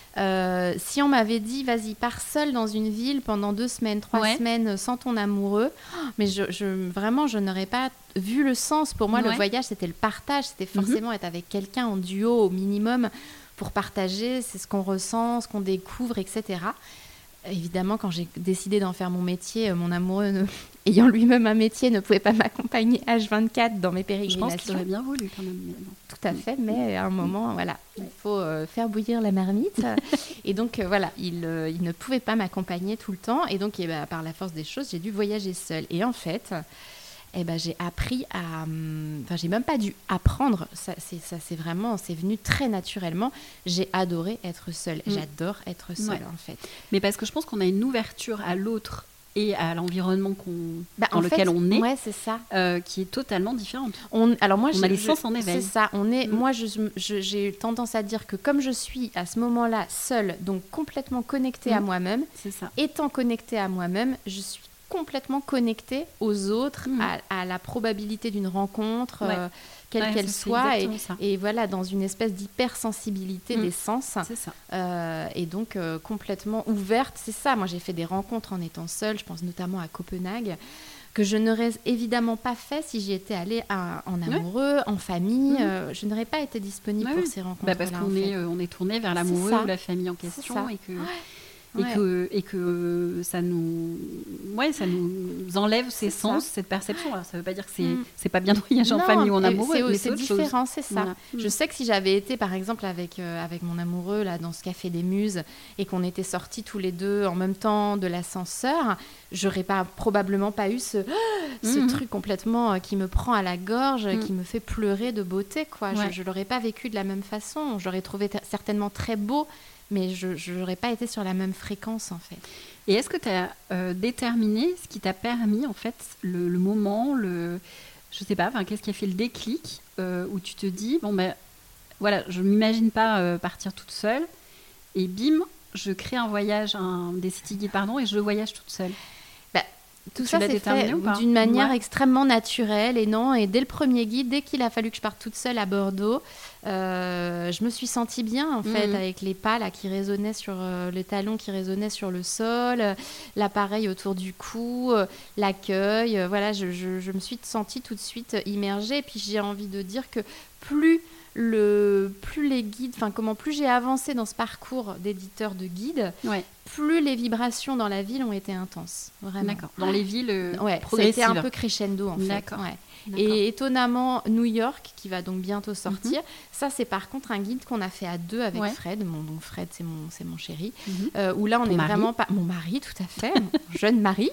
Euh, si on m'avait dit, vas-y, pars seule dans une ville pendant deux semaines, trois ouais. semaines, sans ton amoureux, mais je, je, vraiment, je n'aurais pas vu le sens. Pour moi, ouais. le voyage, c'était le partage, c'était forcément mm-hmm. être avec quelqu'un en duo au minimum pour partager, c'est ce qu'on ressent, ce qu'on découvre, et cetera. Évidemment, quand j'ai décidé d'en faire mon métier, mon amoureux, ne... ayant lui-même un métier, ne pouvait pas m'accompagner H vingt-quatre dans mes pérégrinations. Je pense qu'il aurait bien voulu quand même. Tout à fait, mais à un moment, voilà, il faut euh, faire bouillir la marmite. Et donc, euh, voilà, il, euh, il ne pouvait pas m'accompagner tout le temps. Et donc, eh ben, par la force des choses, j'ai dû voyager seule. Et en fait... Eh ben, j'ai appris à... Enfin, j'ai même pas dû apprendre. Ça, c'est, ça, c'est vraiment... C'est venu très naturellement. J'ai adoré être seule. Mmh. J'adore être seule, ouais. en fait. Mais parce que je pense qu'on a une ouverture à l'autre et à l'environnement qu'on, bah, dans lequel fait, on est, ouais, c'est ça. Euh, qui est totalement différente. On, alors moi, on je, a les je, sens en éveil. C'est ça. On est, mmh. Moi, je, je, j'ai tendance à dire que comme je suis à ce moment-là seule, donc complètement connectée mmh. à moi-même, c'est ça. Étant connectée à moi-même, je suis complètement connectée aux autres, mmh. à, à la probabilité d'une rencontre, ouais. euh, quelle ouais, qu'elle soit, et, et voilà, dans une espèce d'hypersensibilité mmh. des sens. C'est ça. Euh, et donc, euh, complètement ouverte, c'est ça. Moi, j'ai fait des rencontres en étant seule, je pense notamment à Copenhague, que je n'aurais évidemment pas fait si j'y étais allée à, en amoureux, ouais. en famille. Mmh. Euh, je n'aurais pas été disponible ouais, pour ces rencontres-là. Bah parce qu'on est, euh, on est tourné vers l'amoureux ou la famille en question. Et que... Ouais. Et, ouais. que, et que ça nous, ouais, ça nous enlève ces c'est sens, ça. Cette perception. Alors, ça ne veut pas dire que c'est, mm. c'est pas bien de voyager en famille ou en amoureux, c'est, mais c'est, c'est différent, chose. C'est ça. Voilà. Je sais que si j'avais été, par exemple, avec, euh, avec mon amoureux là, dans ce café des Muses et qu'on était sortis tous les deux en même temps de l'ascenseur, j'aurais pas, probablement pas eu ce, ce mm. truc complètement euh, qui me prend à la gorge, mm. qui me fait pleurer de beauté, quoi. Ouais. Je ne l'aurais pas vécu de la même façon. J'aurais trouvé t- certainement très beau, mais je n'aurais pas été sur la même fréquence, en fait. Et est-ce que tu as euh, déterminé ce qui t'a permis, en fait, le, le moment, le, je sais pas, qu'est-ce qui a fait le déclic euh, où tu te dis, bon ben, voilà, je m'imagine pas euh, partir toute seule, et bim, je crée un voyage, un, des city guides, pardon, et je voyage toute seule. Bah, tout tu ça, c'est fait d'une manière ouais. extrêmement naturelle, et non, et dès le premier guide, dès qu'il a fallu que je parte toute seule à Bordeaux, Euh, je me suis sentie bien en fait mmh. avec les pas là, qui résonnaient sur euh, les talons qui résonnaient sur le sol, euh, l'appareil autour du cou, euh, l'accueil, euh, voilà, je, je, je me suis sentie tout de suite immergée. Et puis j'ai envie de dire que plus le plus les guides, enfin comment plus j'ai avancé dans ce parcours d'éditeur de guide, ouais. plus les vibrations dans la ville ont été intenses, vraiment. D'accord. Dans les villes euh, ouais, progressives. C'était un peu crescendo en fait. D'accord. Ouais. Et étonnamment, New York, qui va donc bientôt sortir, mm-hmm. ça c'est par contre un guide qu'on a fait à deux avec ouais. Fred. Mon, donc Fred, c'est mon, c'est mon chéri. Mm-hmm. Euh, où là, on Ton est mari. vraiment pas... Mon mari, tout à fait, mon jeune mari.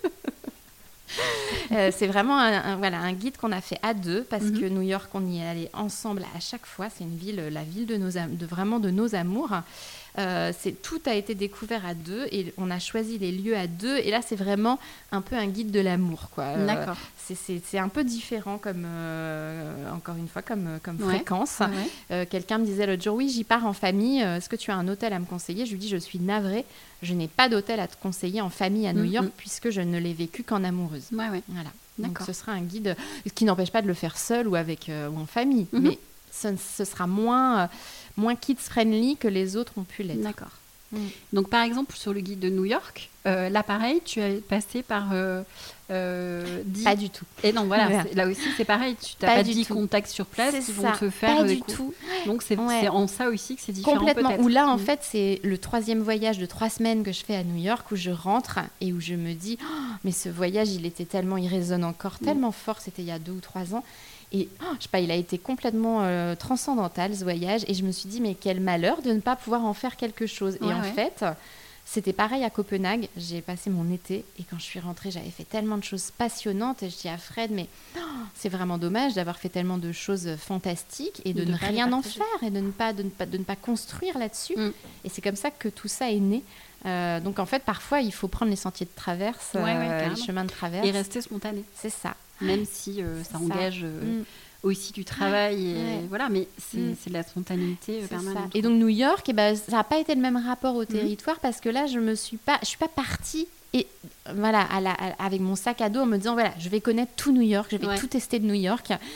euh, c'est vraiment un, un, voilà, un guide qu'on a fait à deux, parce mm-hmm. que New York, on y est allé ensemble à chaque fois. C'est une ville, la ville de, nos am- de vraiment de nos amours. Euh, c'est, tout a été découvert à deux et on a choisi les lieux à deux, et là c'est vraiment un peu un guide de l'amour, quoi. Euh, D'accord. C'est, c'est, c'est un peu différent comme, euh, encore une fois, comme, comme ouais. fréquence. Ouais. Euh, quelqu'un me disait l'autre jour, oui, j'y pars en famille, est-ce que tu as un hôtel à me conseiller? Je lui dis, je suis navrée, je n'ai pas d'hôtel à te conseiller en famille à New York, mm-hmm. puisque je ne l'ai vécu qu'en amoureuse. Ouais, ouais. Voilà. D'accord. Donc ce sera un guide, ce qui n'empêche pas de le faire seul ou, avec, euh, ou en famille, mm-hmm. mais ce, ce sera moins... Euh, moins kids-friendly que les autres ont pu l'être. D'accord. Mmh. Donc, par exemple, sur le guide de New York, euh, là, pareil, tu as passé par euh, euh, dix... Pas du tout. Et non, voilà, voilà. Là aussi, c'est pareil. Tu n'as pas, pas dix contacts sur place c'est qui ça. vont te faire... Pas des du coups. tout. Donc, c'est, ouais. c'est en ça aussi que c'est différent, complètement. peut-être. Où là, en mmh. fait, c'est le troisième voyage de trois semaines que je fais à New York, où je rentre et où je me dis, oh, mais ce voyage, il était tellement... Il résonne encore mmh. tellement fort. C'était il y a deux ou trois ans. Et oh, je sais pas, il a été complètement euh, transcendantal, ce voyage. Et je me suis dit, mais quel malheur de ne pas pouvoir en faire quelque chose. Ouais, et en ouais. fait, c'était pareil à Copenhague. J'ai passé mon été. Et quand je suis rentrée, j'avais fait tellement de choses passionnantes. Et je dis à Fred, mais oh, c'est vraiment dommage d'avoir fait tellement de choses fantastiques et de, de ne rien en faire et de ne pas, de ne pas, de ne pas construire là-dessus. Mm. Et c'est comme ça que tout ça est né. Euh, donc en fait, parfois, il faut prendre les sentiers de traverse, ouais, ouais, euh, les chemins de traverse. Et rester spontané. C'est ça. Même si euh, ça c'est engage euh, mm. aussi du travail. Et, ouais. Voilà, mais c'est, mm. c'est de la spontanéité c'est permanente. Ça. Et donc New York, eh ben, ça n'a pas été le même rapport au territoire mm. parce que là, je ne suis pas, je suis pas partie et, voilà, à la, à, avec mon sac à dos en me disant, voilà, je vais connaître tout New York, je vais ouais. tout tester de New York.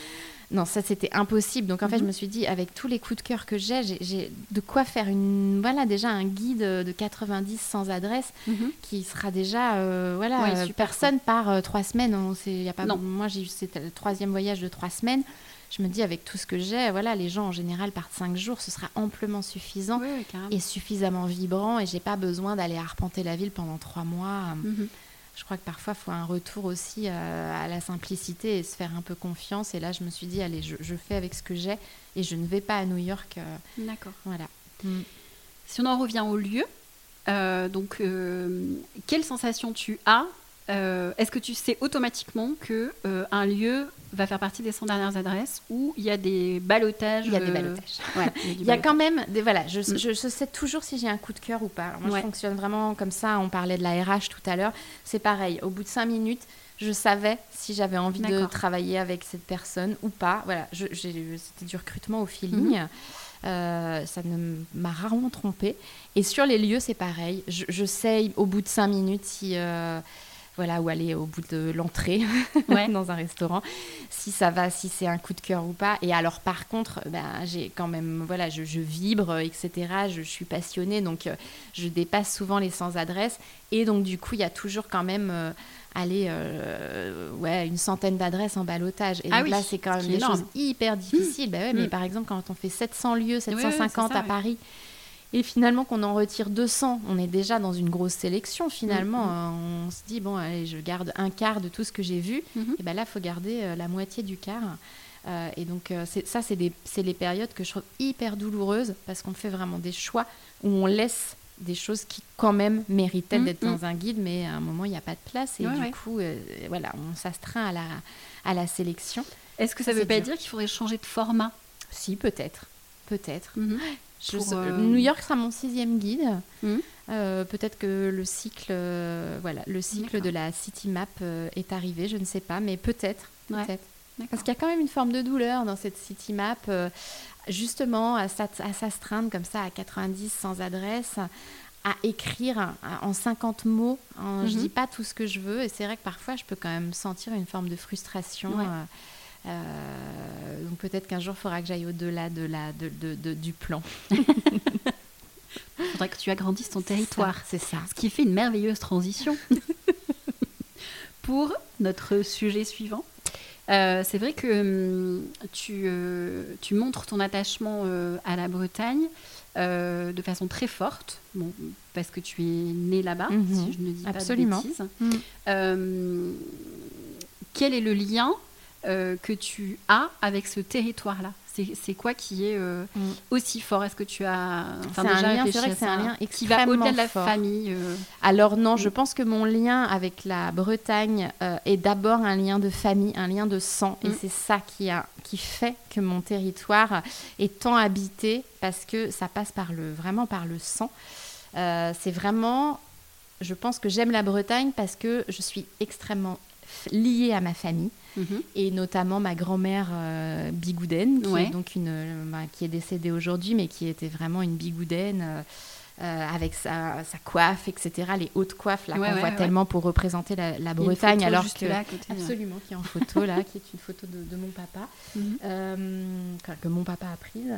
non, ça c'était impossible. Donc en fait, mm-hmm. je me suis dit, avec tous les coups de cœur que j'ai, j'ai, j'ai de quoi faire une, voilà, déjà un guide de quatre-vingt-dix sans adresse mm-hmm. qui sera déjà, euh, voilà, ouais, super, personne quoi. Part euh, trois semaines. On, c'est, y a pas, non. Moi, j'ai, c'était le troisième voyage de trois semaines. Je me dis, avec tout ce que j'ai, voilà, les gens en général partent cinq jours, ce sera amplement suffisant oui, et suffisamment vibrant. Et j'ai pas besoin d'aller arpenter la ville pendant trois mois. Mm-hmm. Je crois que parfois, il faut un retour aussi euh, à la simplicité et se faire un peu confiance. Et là, je me suis dit, allez, je, je fais avec ce que j'ai et je ne vais pas à New York. Euh, D'accord. Voilà. Mm. Si on en revient au lieu, euh, donc, euh, quelle sensation tu as euh, Est-ce que tu sais automatiquement qu'un euh, lieu va faire partie des cent dernières adresses ou il y a des ballottages? Il y a des ballottages. Euh... Ouais, il y a, il y a quand même des... Voilà, je, mm. je, je sais toujours si j'ai un coup de cœur ou pas. Alors moi, ouais. je fonctionne vraiment comme ça. On parlait de la R H tout à l'heure. C'est pareil. Au bout de cinq minutes, je savais si j'avais envie D'accord. de travailler avec cette personne ou pas. Voilà, je, j'ai, c'était du recrutement au feeling. Mm-hmm. Euh, ça ne m'a rarement trompée. Et sur les lieux, c'est pareil. Je, je sais au bout de cinq minutes si... Euh, voilà, ou aller au bout de l'entrée ouais. dans un restaurant, si ça va, si c'est un coup de cœur ou pas. Et alors, par contre, ben, j'ai quand même, voilà, je, je vibre, et cetera. Je, je suis passionnée, donc euh, je dépasse souvent les sans-adresses. Et donc, du coup, il y a toujours quand même, euh, aller, euh, ouais, une centaine d'adresses en ballotage. Et ah donc oui, là, c'est quand même des énorme. Choses hyper difficiles. Mmh. Ben ouais, mmh. Mais par exemple, quand on fait sept cents lieux, sept cent cinquante oui, oui, ça, à oui. Paris, et finalement, qu'on en retire deux cents, on est déjà dans une grosse sélection. Finalement, mmh. on se dit, bon, allez, je garde un quart de tout ce que j'ai vu. Mmh. Et bien là, il faut garder euh, la moitié du quart. Euh, et donc, euh, c'est, ça, c'est, des, c'est les périodes que je trouve hyper douloureuses parce qu'on fait vraiment des choix où on laisse des choses qui, quand même, méritaient mmh. d'être mmh. dans un guide. Mais à un moment, il n'y a pas de place. Et ouais, du ouais. coup, euh, voilà, on s'astreint à la, à la sélection. Est-ce que ça ne veut pas dur. dire qu'il faudrait changer de format ? Si, peut-être. Peut-être. Mmh. Je sais, euh... New York sera mon sixième guide. Mmh. Euh, peut-être que le cycle, euh, voilà, le cycle D'accord. de la City Map euh, est arrivé, je ne sais pas, mais peut-être, ouais. peut-être. Parce qu'il y a quand même une forme de douleur dans cette City Map, euh, justement à, à s'astreindre comme ça à quatre-vingt-dix sans adresse, à écrire à, en cinquante mots. En, mmh. Je dis pas tout ce que je veux, et c'est vrai que parfois je peux quand même sentir une forme de frustration. Ouais. Euh, Euh, donc peut-être qu'un jour il faudra que j'aille au-delà de la, de, de, de, du plan. Il faudra que tu agrandisses ton territoire. C'est ça, c'est ça. Ce qui fait une merveilleuse transition pour notre sujet suivant. Euh, c'est vrai que hum, tu, euh, tu montres ton attachement euh, à la Bretagne euh, de façon très forte, bon, parce que tu es née là-bas, mm-hmm. si je ne dis Absolument. Pas de bêtises. Mm. Euh, quel est le lien Euh, que tu as avec ce territoire-là? C'est, c'est quoi qui est euh, mm. aussi fort? Est-ce que tu as enfin, déjà un lien, c'est vrai que c'est un lien qui va au-delà de la fort. famille euh... Alors non, mm. je pense que mon lien avec la Bretagne euh, est d'abord un lien de famille, un lien de sang, mm. et c'est ça qui, a, qui fait que mon territoire est tant habité, parce que ça passe par le, vraiment par le sang. Euh, c'est vraiment, je pense que j'aime la Bretagne parce que je suis extrêmement liée à ma famille. Mmh. Et notamment ma grand-mère euh, Bigouden, qui ouais. est donc une, euh, bah, qui est décédée aujourd'hui, mais qui était vraiment une Bigouden euh, euh, avec sa, sa coiffe, et cetera. Les hautes coiffes là, ouais, qu'on ouais, voit ouais. tellement pour représenter la, la Bretagne, alors que là, côté, absolument, ouais. qui est en photo là, qui est une photo de, de mon papa, mmh. euh, que mon papa a prise.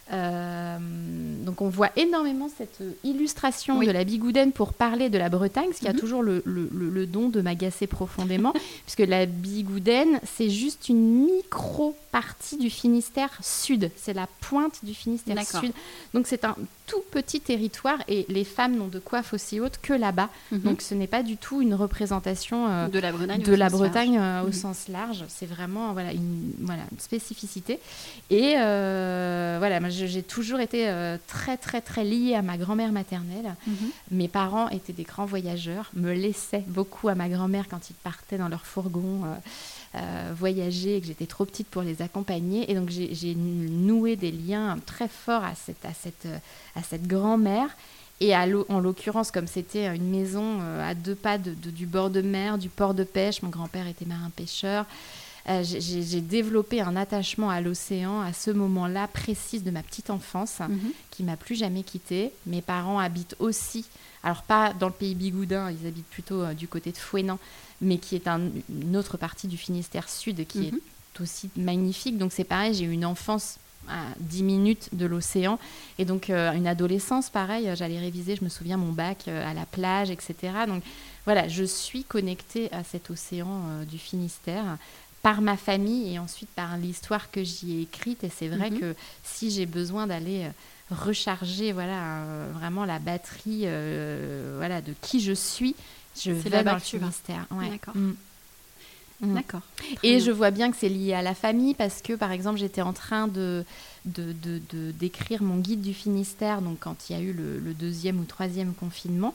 Euh, donc on voit énormément cette illustration oui. de la Bigouden pour parler de la Bretagne, ce qui mm-hmm. a toujours le, le, le don de m'agacer profondément puisque la Bigouden c'est juste une micro partie du Finistère Sud, c'est la pointe du Finistère D'accord. Sud, donc c'est un tout petit territoire et les femmes n'ont de coiffe aussi haute que là-bas, mm-hmm. donc ce n'est pas du tout une représentation euh, de la Bretagne, de la Bretagne euh, au mm-hmm. sens large, c'est vraiment voilà, une, voilà, une spécificité et euh, voilà, moi j'ai toujours été euh, très très très liée à ma grand-mère maternelle. Mm-hmm. Mes parents étaient des grands voyageurs, me laissaient beaucoup à ma grand-mère quand ils partaient dans leur fourgon euh, euh, voyager et que j'étais trop petite pour les accompagner. Et donc j'ai, j'ai noué des liens très forts à cette, à cette, à cette grand-mère. Et à en l'occurrence, comme c'était une maison euh, à deux pas de, de, du bord de mer, du port de pêche, mon grand-père était marin-pêcheur. Euh, j'ai, j'ai développé un attachement à l'océan à ce moment-là précis de ma petite enfance, mm-hmm. qui ne m'a plus jamais quittée. Mes parents habitent aussi, alors pas dans le pays Bigouden, ils habitent plutôt euh, du côté de Fouesnant, mais qui est un, une autre partie du Finistère Sud qui mm-hmm. est tout aussi magnifique. Donc c'est pareil, j'ai eu une enfance à dix minutes de l'océan et donc euh, une adolescence pareil, j'allais réviser, je me souviens, mon bac euh, à la plage, et cetera. Donc voilà, je suis connectée à cet océan euh, du Finistère par ma famille et ensuite par l'histoire que j'y ai écrite. Et c'est vrai mm-hmm. que si j'ai besoin d'aller recharger voilà, euh, vraiment la batterie euh, voilà, de qui je suis, je c'est vais dans le Finistère. Ouais. D'accord. Mm. Mm. D'accord. Et bien. Je vois bien que c'est lié à la famille parce que, par exemple, j'étais en train de, de, de, de, d'écrire mon guide du Finistère, donc quand il y a eu le, le deuxième ou troisième confinement.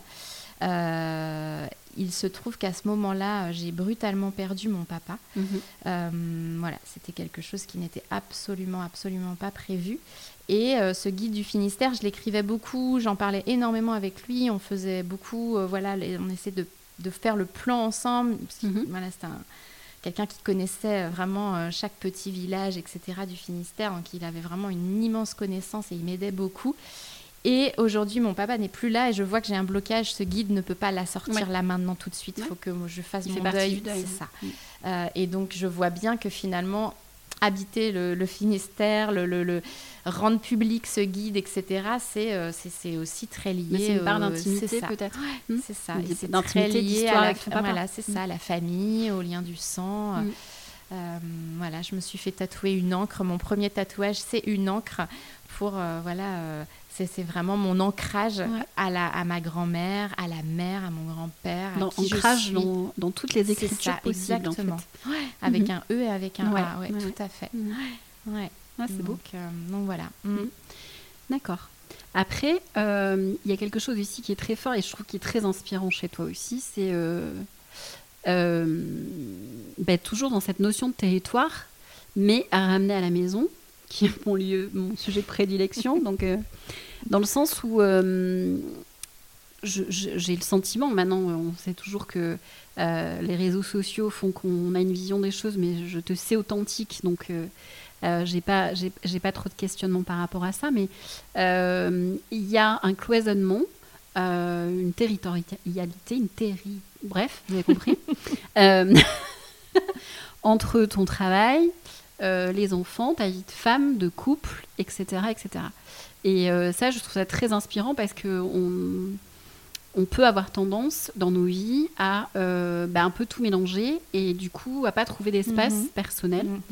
Euh, il se trouve qu'à ce moment-là, j'ai brutalement perdu mon papa. Mm-hmm. Euh, voilà, c'était quelque chose qui n'était absolument, absolument pas prévu. Et euh, ce guide du Finistère, je l'écrivais beaucoup, j'en parlais énormément avec lui, on faisait beaucoup, euh, voilà, les, on essayait de, de faire le plan ensemble. Parce que, mm-hmm. voilà, c'était un, quelqu'un qui connaissait vraiment euh, chaque petit village, et cetera du Finistère, donc il avait vraiment une immense connaissance et il m'aidait beaucoup. Et aujourd'hui, mon papa n'est plus là et je vois que j'ai un blocage. Ce guide ne peut pas la sortir ouais. là maintenant tout de suite. Il ouais. faut que je fasse il mon deuil. deuil. C'est ça. Mm. Euh, et donc, je vois bien que finalement, habiter le, le Finistère, le, le, le rendre public ce guide, et cetera, c'est, euh, c'est, c'est aussi très lié. Mais c'est une part d'intimité c'est peut-être. Ouais, mm. C'est ça. Et c'est d'intimité, très lié d'histoire à la, avec ton papa. Voilà, c'est mm. ça, la famille, au lien du sang. Mm. Euh, voilà, je me suis fait tatouer une encre. Mon premier tatouage, c'est une encre pour euh, voilà. Euh, C'est, c'est vraiment mon ancrage ouais. à, la, à ma grand-mère, à la mère, à mon grand-père. Dans, ancrage dans, dans toutes les écritures c'est ça, possibles. Exactement. En fait. Ouais, avec mm-hmm. un E et avec un ouais. A. Ouais, ouais. Tout à fait. Mm-hmm. Ouais. Ouais. Ouais, c'est donc, beau. Euh, donc voilà. Mm. Mm. D'accord. Après, il euh, y a quelque chose ici qui est très fort et je trouve qui est très inspirant chez toi aussi. C'est euh, euh, ben, toujours dans cette notion de territoire, mais à ramener à la maison, qui est mon lieu, mon sujet de prédilection. Donc, euh, dans le sens où euh, je, je, j'ai le sentiment, maintenant, on sait toujours que euh, les réseaux sociaux font qu'on a une vision des choses, mais je te sais authentique, donc euh, euh, j'ai pas, j'ai, j'ai pas trop de questionnements par rapport à ça, mais euh, il y a un cloisonnement, euh, une territorialité, une terri... Bref, vous avez compris, euh, entre ton travail, Euh, les enfants, ta vie de femme, de couple, et cetera, et cetera. Et euh, ça, je trouve ça très inspirant parce que on, on peut avoir tendance dans nos vies à euh, bah, un peu tout mélanger et du coup à pas trouver d'espace mmh. personnel. Mmh.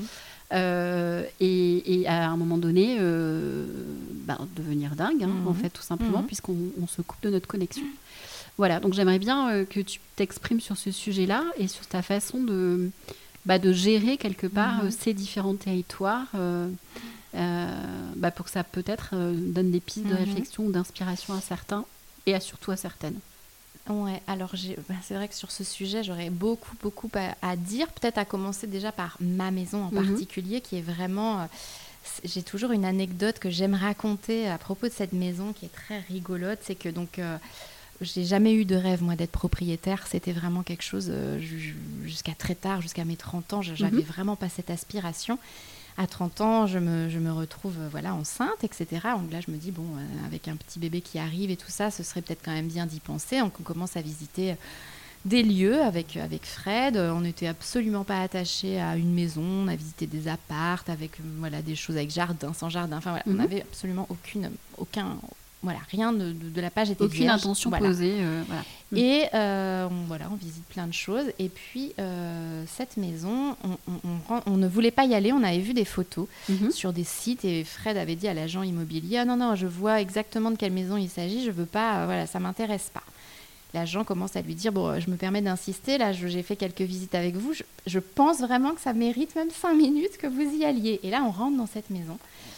Euh, et, et à un moment donné, euh, bah, devenir dingue, hein, mmh. en fait, tout simplement, mmh. puisqu'on on se coupe de notre connexion. Voilà. Donc j'aimerais bien euh, que tu t'exprimes sur ce sujet-là et sur ta façon de Bah, de gérer quelque part mmh. euh, ces différents territoires euh, euh, bah, pour que ça peut-être euh, donne des pistes mmh. de réflexion ou d'inspiration à certains et à, surtout à certaines. Ouais, alors j'ai, bah, c'est vrai que sur ce sujet, j'aurais beaucoup, beaucoup à, à dire. Peut-être à commencer déjà par ma maison en mmh. particulier, qui est vraiment... Euh, j'ai toujours une anecdote que j'aime raconter à propos de cette maison qui est très rigolote. C'est que donc... Euh, j'ai jamais eu de rêve, moi, d'être propriétaire. C'était vraiment quelque chose, euh, jusqu'à très tard, jusqu'à mes trente ans, j'avais mm-hmm. vraiment pas cette aspiration. À trente ans, je me, je me retrouve euh, voilà, enceinte, et cetera. Donc là, je me dis, bon, euh, avec un petit bébé qui arrive et tout ça, ce serait peut-être quand même bien d'y penser. Donc on commence à visiter des lieux avec, avec Fred. On n'était absolument pas attachés à une maison. On a visité des appartes avec voilà, des choses avec jardin, sans jardin. Enfin, voilà, mm-hmm. on n'avait absolument aucune, aucun... Voilà, rien de, de, de la page était aucune vierge. intention voilà. posée. Euh, voilà. Et euh, on, voilà, on visite plein de choses. Et puis, euh, cette maison, on, on, on, on ne voulait pas y aller. On avait vu des photos mm-hmm. sur des sites et Fred avait dit à l'agent immobilier « Ah non, non, je vois exactement de quelle maison il s'agit. Je ne veux pas, euh, voilà, ça ne m'intéresse pas. » L'agent commence à lui dire « Bon, je me permets d'insister. Là, je, j'ai fait quelques visites avec vous. Je, je pense vraiment que ça mérite même cinq minutes que vous y alliez. » Et là, on rentre dans cette maison.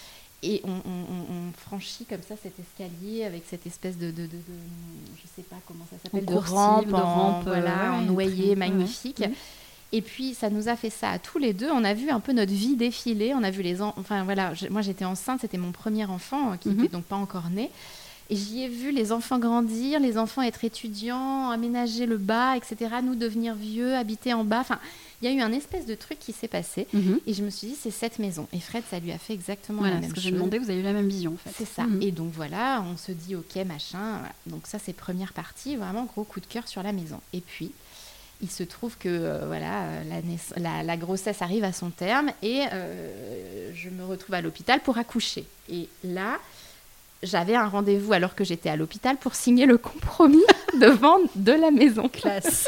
Et on, on, on franchit comme ça cet escalier avec cette espèce de, de, de, de je sais pas comment ça s'appelle, de rampe, de rampe, en, voilà, en noyer magnifique. Ouais. Et puis ça nous a fait ça à tous les deux. On a vu un peu notre vie défiler. On a vu les, en... enfin voilà, je, moi j'étais enceinte, c'était mon premier enfant qui n'était mm-hmm. donc pas encore né. Et j'y ai vu les enfants grandir, les enfants être étudiants, aménager le bas, et cetera. Nous devenir vieux, habiter en bas. Enfin, il y a eu un espèce de truc qui s'est passé. Mm-hmm. Et je me suis dit, c'est cette maison. Et Fred, ça lui a fait exactement voilà, la même chose. Voilà, ce que j'ai demandé, vous avez eu la même vision, en fait. C'est ça. Mm-hmm. Et donc voilà, on se dit, ok, machin. Voilà. Donc ça, c'est première partie. Vraiment, gros coup de cœur sur la maison. Et puis, il se trouve que euh, voilà, la, naiss- la, la grossesse arrive à son terme et euh, je me retrouve à l'hôpital pour accoucher. Et là, j'avais un rendez-vous alors que j'étais à l'hôpital pour signer le compromis de vente de la maison. Classe.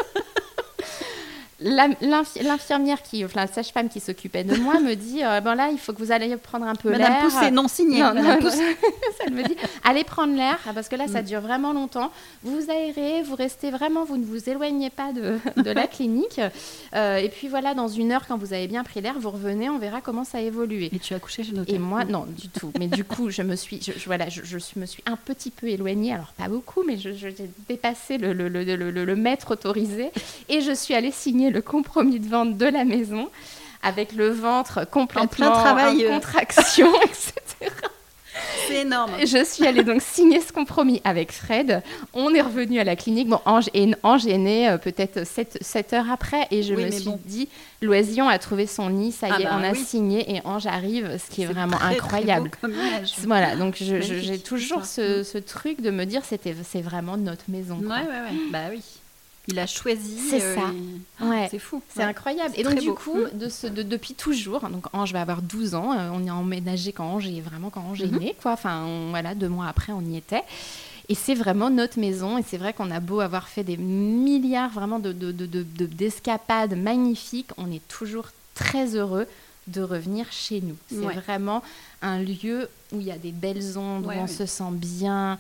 La, l'infi- l'infirmière, qui, enfin, la sage-femme qui s'occupait de moi me dit euh, bon là, il faut que vous alliez prendre un peu Madame l'air. Poussé, non signé. Non, Madame non, Poussé. Elle me dit allez prendre l'air parce que là, ça Mm. dure vraiment longtemps. Vous vous aérez, vous restez vraiment, vous ne vous éloignez pas de, de la clinique. Euh, et puis voilà, dans une heure, quand vous avez bien pris l'air, vous revenez, on verra comment ça a évolué. Et tu as couché chez l'hôtel. Et moi, non, du tout. Mais du coup, je me suis, je, je- voilà, je, je suis- me suis un petit peu éloignée. Alors, pas beaucoup, mais je, je- j'ai dépassé le, le, le, le, le- le mètre autorisé. Et je suis allée signer le compromis de vente de la maison avec le ventre complètement En plein travail, en euh. contraction, et cetera. C'est énorme. Et je suis allée donc signer ce compromis avec Fred. On est revenu à la clinique. Bon, Ange est, Ange est née euh, peut-être sept heures après. Et je Oui, me mais suis bon. dit, Loisillon a trouvé son nid. Ça y Ah est, bah on a oui. signé. Et Ange arrive, ce qui est, C'est vraiment très, très incroyable. beau comme image. Voilà, donc je- je- Magnifique, j'ai toujours c'est ça. ce, ce truc de me dire c'était c'est vraiment notre maison. Ouais, quoi. ouais, ouais. Bah oui. Il a choisi. C'est euh, ça. et- Ouais. C'est fou. C'est Ouais. incroyable. C'est Et donc, très du beau. coup, Mm. de ce, de- depuis toujours, donc Ange va avoir douze ans, euh, on est emménagé quand Ange est vraiment quand Ange Mhm. est né, quoi. Enfin, on- voilà, deux mois après, on y était. Et c'est vraiment notre maison. Et c'est vrai qu'on a beau avoir fait des milliards vraiment de, de, de- de- de- d'escapades magnifiques, on est toujours très heureux de revenir chez nous. C'est Ouais. vraiment un lieu où il y a des belles ondes, Ouais, où on ouais. se sent bien,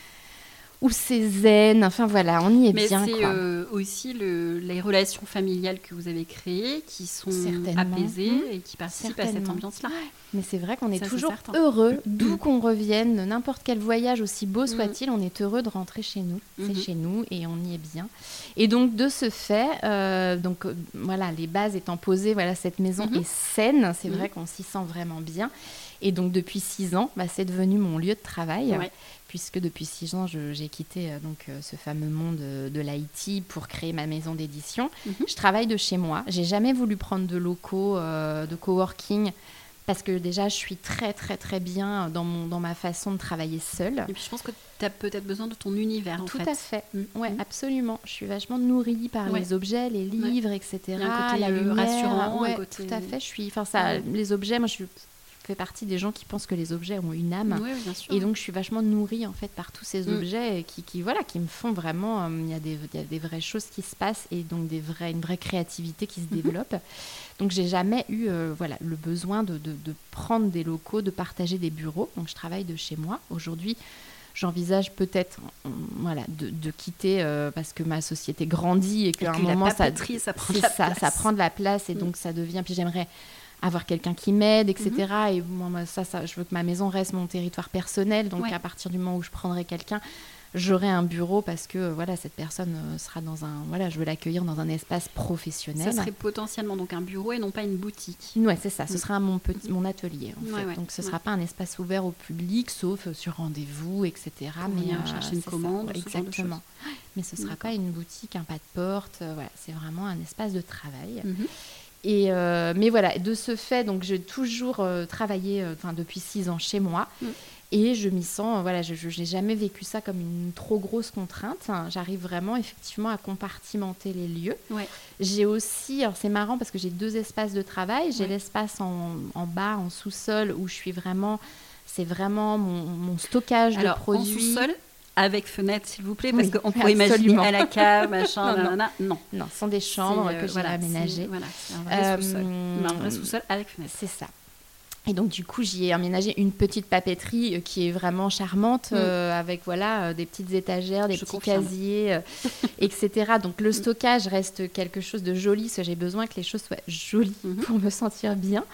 où c'est zen. Enfin voilà, on y est Mais bien, c'est quoi. euh, aussi le, les relations familiales que vous avez créées qui sont Certainement. apaisées Mmh. et qui participent à cette Certainement. ambiance-là. Mais c'est vrai qu'on est Ça, c'est toujours certain. heureux, d'où qu'on revienne, de n'importe quel voyage, aussi beau Mhm. soit-il, on est heureux de rentrer chez nous. Mhm. C'est chez nous et on y est bien. Et donc, de ce fait, euh, donc, euh, voilà, les bases étant posées, voilà, cette maison Mhm. est saine. C'est Mhm. vrai qu'on s'y sent vraiment bien. Et donc, depuis six ans, bah, c'est devenu mon lieu de travail. Ouais. Puisque depuis six ans, je- j'ai quitté euh, donc, euh, ce fameux monde euh, de l'I T pour créer ma maison d'édition. Mhm. Je travaille de chez moi. J'ai jamais voulu prendre de locaux, euh, de coworking, parce que déjà, je suis très, très, très bien dans, mon, dans ma façon de travailler seule. Et puis je pense que tu as peut-être besoin de ton univers en Tout fait. à fait. Mm. Ouais, Mm. absolument. Je suis vachement nourrie par Ouais. les objets, les livres, et cetera. Il y a un côté, la euh, lumière. rassurant, un Ouais, côté- tout à fait. Je suis, enfin, ça, Ouais. les objets, moi, je suis- je fais partie des gens qui pensent que les objets ont une âme. Oui, oui, bien sûr. Et donc, je suis vachement nourrie, en fait, par tous ces Mm. objets qui, qui, voilà, qui me font vraiment... euh, Il y a des, il y a des vraies choses qui se passent et donc des vrais, une vraie créativité qui se Mhm. développe. Donc, j'ai jamais eu euh, voilà, le besoin de, de, de prendre des locaux, de partager des bureaux. Donc, je travaille de chez moi. Aujourd'hui, j'envisage peut-être euh, voilà, de, de quitter euh, parce que ma société grandit et Et qu'à un que la moment, ça, papeterie, ça prend de c'est la ça, place. ça prend de la place et Mm. donc ça devient... Puis j'aimerais avoir quelqu'un qui m'aide, et cetera. Mhm. Et moi, moi, ça, ça, je veux que ma maison reste mon territoire personnel. Donc, Ouais. à partir du moment où je prendrai quelqu'un, j'aurai un bureau parce que euh, voilà, cette personne euh, sera dans un... Voilà, je veux l'accueillir dans un espace professionnel. Ça serait potentiellement donc un bureau et non pas une boutique. Ouais, c'est ça. Ce Mm. sera mon, petit, mon atelier, en Ouais, fait. ouais, Donc, ce ne ouais. sera pas un espace ouvert au public, sauf euh, sur rendez-vous, et cetera. Pour Mais venir euh, chercher une c'est ça. commande, Ouais, ce genre de exactement. Mais ce ne sera D'accord. pas une boutique, un pas de porte. euh, voilà, c'est vraiment un espace de travail. Mhm. Et euh, mais voilà, de ce fait, donc j'ai toujours euh, travaillé, euh, enfin depuis six ans chez moi, Mm. et je m'y sens, euh, voilà, je n'ai jamais vécu ça comme une trop grosse contrainte. Hein. J'arrive vraiment effectivement à compartimenter les lieux. Ouais. J'ai aussi, alors c'est marrant parce que j'ai deux espaces de travail. J'ai Ouais. l'espace en, en bas, en sous-sol, où je suis vraiment, c'est vraiment mon, mon stockage Alors, de produits. en sous-sol, avec fenêtre, s'il vous plaît, Oui, parce qu'on pourrait imaginer absolument. à la cave, machin, Non, non. nanana. Non. Non, ce sont des chambres C'est, euh, que j'ai voilà, aménagées. c'est- Voilà, c'est un vrai Euh, sous-sol. Mais un vrai sous-sol avec fenêtre. C'est ça. Et donc, du coup, j'y ai aménagé une petite papeterie euh, qui est vraiment charmante, Mm. euh, avec voilà, euh, des petites étagères, des Je petits confirme. casiers, euh, et cetera. Donc, le stockage reste quelque chose de joli, parce que j'ai besoin que les choses soient jolies Mhm. pour me sentir bien.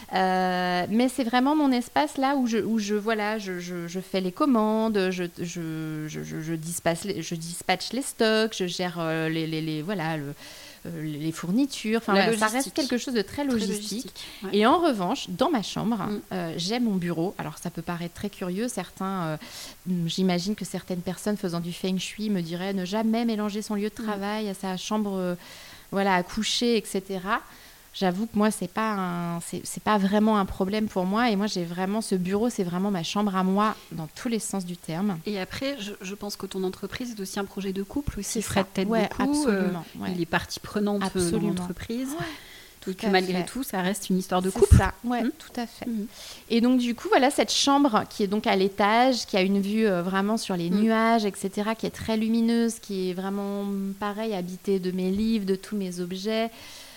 Euh, mais c'est vraiment mon espace là où je, où je, voilà, je, je, je fais les commandes, je, je, je, je, je dispatche, les, je dispatche les stocks, je gère euh, les, les, les, voilà, le, euh, les fournitures. Enfin, La voilà, ça reste logistique. quelque chose de très Très logistique. ouais. Et en revanche, dans ma chambre, Mm. euh, j'ai mon bureau. Alors, ça peut paraître très curieux. Certains, euh, j'imagine que certaines personnes faisant du feng shui me diraient ne jamais mélanger son lieu de Mm. travail à sa chambre, euh, voilà, à coucher, et cetera. j'avoue que moi, c'est pas un, c'est, c'est pas vraiment un problème pour moi. Et moi, j'ai vraiment ce bureau, c'est vraiment ma chambre à moi dans tous les sens du terme. Et après, je, je pense que ton entreprise est aussi un projet de couple aussi. C'est Fred t'aide ouais, beaucoup. Absolument. Euh, Ouais. Il est partie prenante absolument. de l'entreprise. Ouais. Et que malgré fait. tout, ça reste une histoire de c'est couple. Ça, ouais, mmh. tout à fait. Mmh. Et donc, du coup, voilà cette chambre qui est donc à l'étage, qui a une vue euh, vraiment sur les mmh. nuages, et cetera, qui est très lumineuse, qui est vraiment, pareil, habitée de mes livres, de tous mes objets,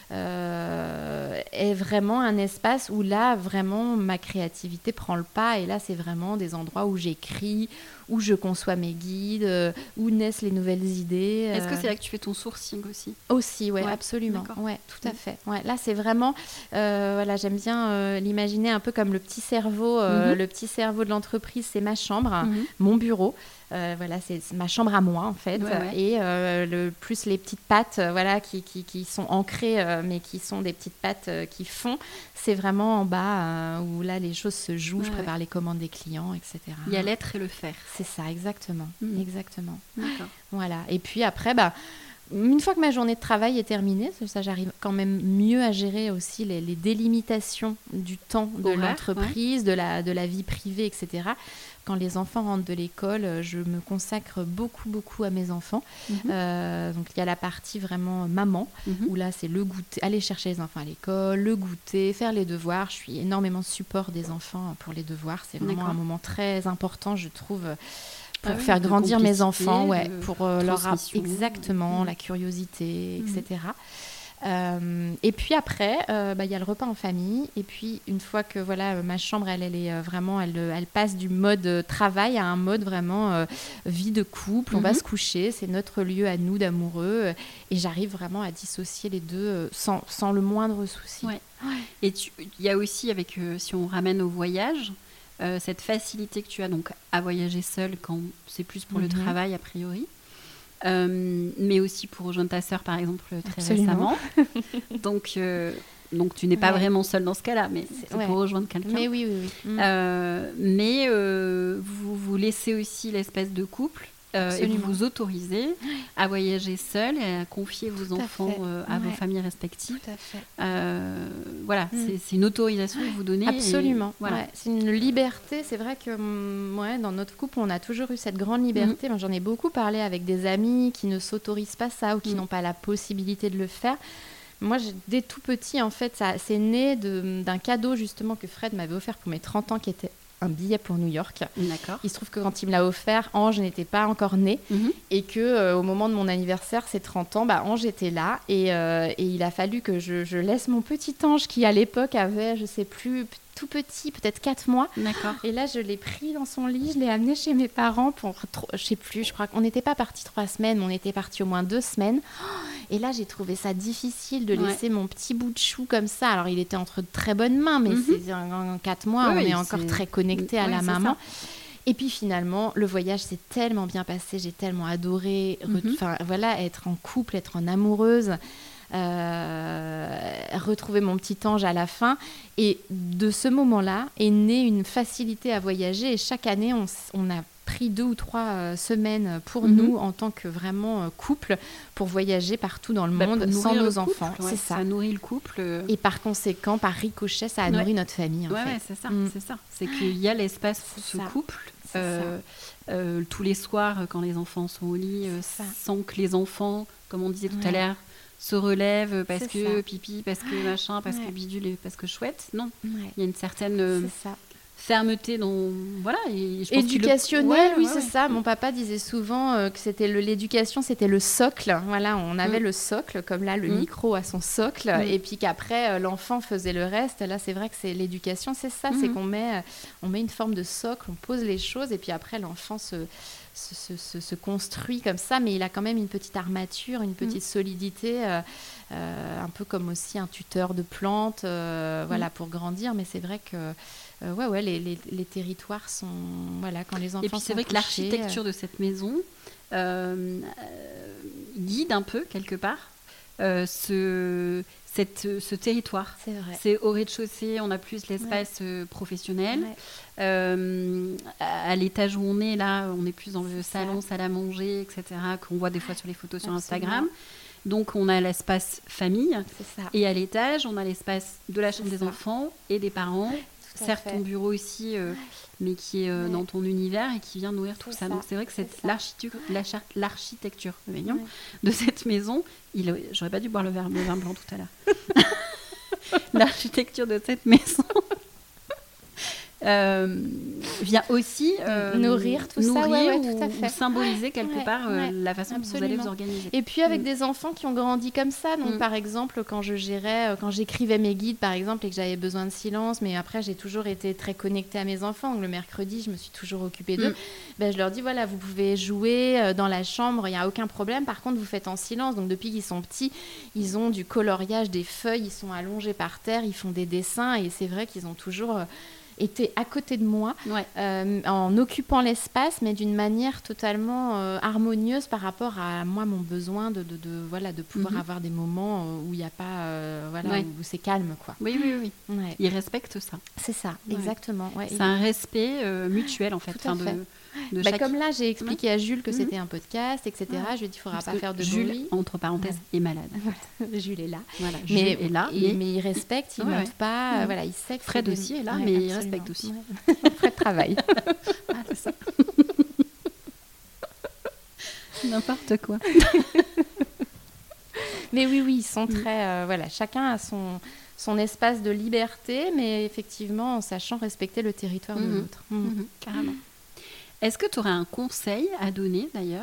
euh, est vraiment un espace où là, vraiment, ma créativité prend le pas. Et là, c'est vraiment des endroits où j'écris, où je conçois mes guides, euh, où naissent les nouvelles idées. Euh... Est-ce que c'est là que tu fais ton sourcing aussi ? Aussi, ouais, ouais, absolument. D'accord. Ouais, tout à mmh. fait. Ouais, là, c'est vraiment, euh, voilà, j'aime bien euh, l'imaginer un peu comme le petit cerveau. Euh, mmh. Le petit cerveau de l'entreprise, c'est ma chambre, mmh. mon bureau. Euh, voilà, c'est, c'est ma chambre à moi en fait, ouais, ouais. et euh, le, plus les petites pattes, euh, voilà, qui, qui, qui sont ancrées, euh, mais qui sont des petites pattes euh, qui font. C'est vraiment en bas euh, où là les choses se jouent. Ouais, je prépare ouais. les commandes des clients, et cetera. Il y a l'être et le faire. C'est ça, exactement, mmh. exactement. D'accord. Voilà. Et puis après, bah. Une fois que ma journée de travail est terminée, ça, j'arrive quand même mieux à gérer aussi les, les délimitations du temps de Horaire, l'entreprise, ouais. de, la, de la vie privée, et cetera. Quand les enfants rentrent de l'école, je me consacre beaucoup, beaucoup à mes enfants. Mm-hmm. Euh, donc, il y a la partie vraiment maman, mm-hmm. où là, c'est le goûter, aller chercher les enfants à l'école, le goûter, faire les devoirs. Je suis énormément support des enfants pour les devoirs. C'est vraiment D'accord. un moment très important, je trouve, pour ah oui, faire grandir mes enfants, ouais, pour euh, leur app- exactement mmh. la curiosité, mmh. et cetera. Euh, et puis après, il euh, bah, y a le repas en famille. Et puis une fois que voilà, ma chambre, elle, elle est vraiment, elle, elle passe du mode travail à un mode vraiment euh, vie de couple. Mmh. On va se coucher, c'est notre lieu à nous d'amoureux. Et j'arrive vraiment à dissocier les deux euh, sans, sans le moindre souci. Ouais. Ouais. Et il y a aussi avec, euh, si on ramène au voyage. Euh, cette facilité que tu as donc à voyager seule quand c'est plus pour mm-hmm. le travail a priori, euh, mais aussi pour rejoindre ta sœur par exemple très Absolument. récemment. donc, euh, donc tu n'es pas ouais. vraiment seule dans ce cas-là, mais c'est, c'est ouais. pour rejoindre quelqu'un. Mais oui, oui, oui. Mm. Euh, mais euh, vous vous laissez aussi l'espèce de couple. Euh, et vous vous autorisez à voyager seul et à confier vos Tout enfants à, euh, à ouais. vos familles respectives. Tout à fait. Euh, voilà, mm. c'est, c'est une autorisation que vous donnez. Absolument. Et, voilà. ouais. C'est une liberté. C'est vrai que ouais, dans notre couple, on a toujours eu cette grande liberté. Mm. Moi, j'en ai beaucoup parlé avec des amis qui ne s'autorisent pas ça ou qui mm. n'ont pas la possibilité de le faire. Moi, j'ai, dès tout petit, en fait, ça, c'est né de, d'un cadeau justement que Fred m'avait offert pour mes trente ans qui était un billet pour New York. D'accord. Il se trouve que quand il me l'a offert, Ange n'était pas encore née mm-hmm. et que euh, au moment de mon anniversaire, ses trente ans, bah, Ange était là et, euh, et il a fallu que je, je laisse mon petit Ange qui à l'époque avait, je sais plus, tout petit, peut-être quatre mois. D'accord. Et là, je l'ai pris dans son lit, je l'ai amené chez mes parents pour, je sais plus, je crois qu'on n'était pas partis trois semaines, mais on était partis au moins deux semaines. Et là, j'ai trouvé ça difficile de laisser ouais. mon petit bout de chou comme ça. Alors, il était entre de très bonnes mains, mais mm-hmm. c'est en, en quatre mois, oui, on est encore c'est... très connecté à oui, la maman. Ça. Et puis finalement, le voyage s'est tellement bien passé, j'ai tellement adoré, mm-hmm. re- voilà, être en couple, être en amoureuse. Euh, retrouver mon petit ange à la fin et de ce moment-là est née une facilité à voyager et chaque année on, on a pris deux ou trois euh, semaines pour mm-hmm. nous en tant que vraiment euh, couple pour voyager partout dans le bah, monde sans nos couple, enfants ouais, c'est ça. Ça nourrit le couple et par conséquent par ricochet ça a ouais. nourri notre famille en ouais, fait. ouais, c'est ça, mm. c'est ça c'est qu'il y a l'espace pour c'est ce ça. couple euh, euh, tous les soirs quand les enfants sont au lit euh, sans que les enfants comme on disait tout ouais. à l'heure se relève parce c'est que ça. pipi, parce que machin, parce ouais. que bidule et parce que chouette. Non, ouais. il y a une certaine euh, fermeté dans voilà. Et je pense éducationnelle, le... ouais, oui, ouais, c'est ouais. ça. Mon papa disait souvent euh, que c'était le, l'éducation, c'était le socle. Voilà, on avait mm. le socle, comme là, le mm. micro a son socle, mm. et puis qu'après euh, l'enfant faisait le reste. Là, c'est vrai que c'est l'éducation, c'est ça, mm. c'est qu'on met, euh, on met une forme de socle, on pose les choses, et puis après l'enfant se Se, se, se construit comme ça, mais il a quand même une petite armature, une petite mmh. solidité, euh, euh, un peu comme aussi un tuteur de plantes, euh, mmh. voilà, pour grandir. Mais c'est vrai que euh, ouais, ouais, les, les, les territoires sont... Voilà, quand les enfants Et puis c'est sont vrai touchés, que l'architecture de cette maison euh, guide un peu, quelque part, euh, ce... Cette, ce territoire. C'est vrai. C'est au rez-de-chaussée, on a plus l'espace ouais. euh, professionnel. Ouais. Euh, à, à l'étage où on est, là, on est plus dans le c'est salon, ça. salle à manger, et cetera, qu'on voit des fois sur les photos sur Absolument. Instagram. Donc, on a l'espace famille. C'est ça. Et à l'étage, on a l'espace de la chambre C'est des ça. enfants et des parents. Tout à Certes, fait. ton bureau aussi, euh, mais qui est euh, Ouais. dans ton univers et qui vient nourrir tout C'est ça. ça. Donc, c'est vrai que C'est c'est ça. l'architecture, l'archi- l'architecture mignon, Ouais. de cette maison. Il, j'aurais pas dû boire le verre, le vin blanc tout à l'heure. L'architecture de cette maison euh, vient aussi euh, Nourrir tout ça, nourrir ouais, ouais, ou, tout à fait. ou symboliser quelque Ouais, part euh, ouais, la façon dont vous allez absolument. vous organiser. Et puis avec Mm. des enfants qui ont grandi comme ça. Donc Mm. par exemple, quand je gérais, euh, quand j'écrivais mes guides par exemple et que j'avais besoin de silence, mais après j'ai toujours été très connectée à mes enfants. Donc, le mercredi, je me suis toujours occupée d'eux. Mm. Ben, je leur dis voilà, vous pouvez jouer euh, dans la chambre, il n'y a aucun problème. Par contre, vous faites en silence. Donc depuis qu'ils sont petits, ils ont du coloriage, des feuilles, ils sont allongés par terre, ils font des dessins et c'est vrai qu'ils ont toujours euh, été à côté de moi. Ouais. Euh, en occupant l'espace, mais d'une manière totalement euh, harmonieuse par rapport à moi, mon besoin de, de, de, voilà, de pouvoir Mhm. avoir des moments euh, où il n'y a pas, euh, voilà, Ouais. où c'est calme, quoi. Oui, oui, oui. Ouais. Ils respectent ça. C'est ça, Ouais. exactement. Ouais. C'est un respect euh, mutuel, en fait. Tout à Enfin, fait. de, de Bah, chaque... comme là, j'ai expliqué à Jules que Mhm. c'était un podcast, et cetera. Ouais. Je lui ai dit, il ne faudra Parce pas que faire de Jules, bruit. entre parenthèses, est malade. Jules est là. Voilà, Mais, Jules est là. et- mais mais il respecte, il ne Ouais, monte ouais. pas. Mhm. euh, voilà, il sait que Fred c'est des- aussi est là, Ouais, mais il absolument. respecte aussi. Ouais. Fred travaille. Ah, c'est ça. N'importe quoi. Mais oui, oui, ils sont Mm. très... euh, voilà, chacun a son, son espace de liberté, mais effectivement en sachant respecter le territoire de Mhm. l'autre. Mm. Mhm, carrément. Est-ce que tu aurais un conseil à donner, d'ailleurs,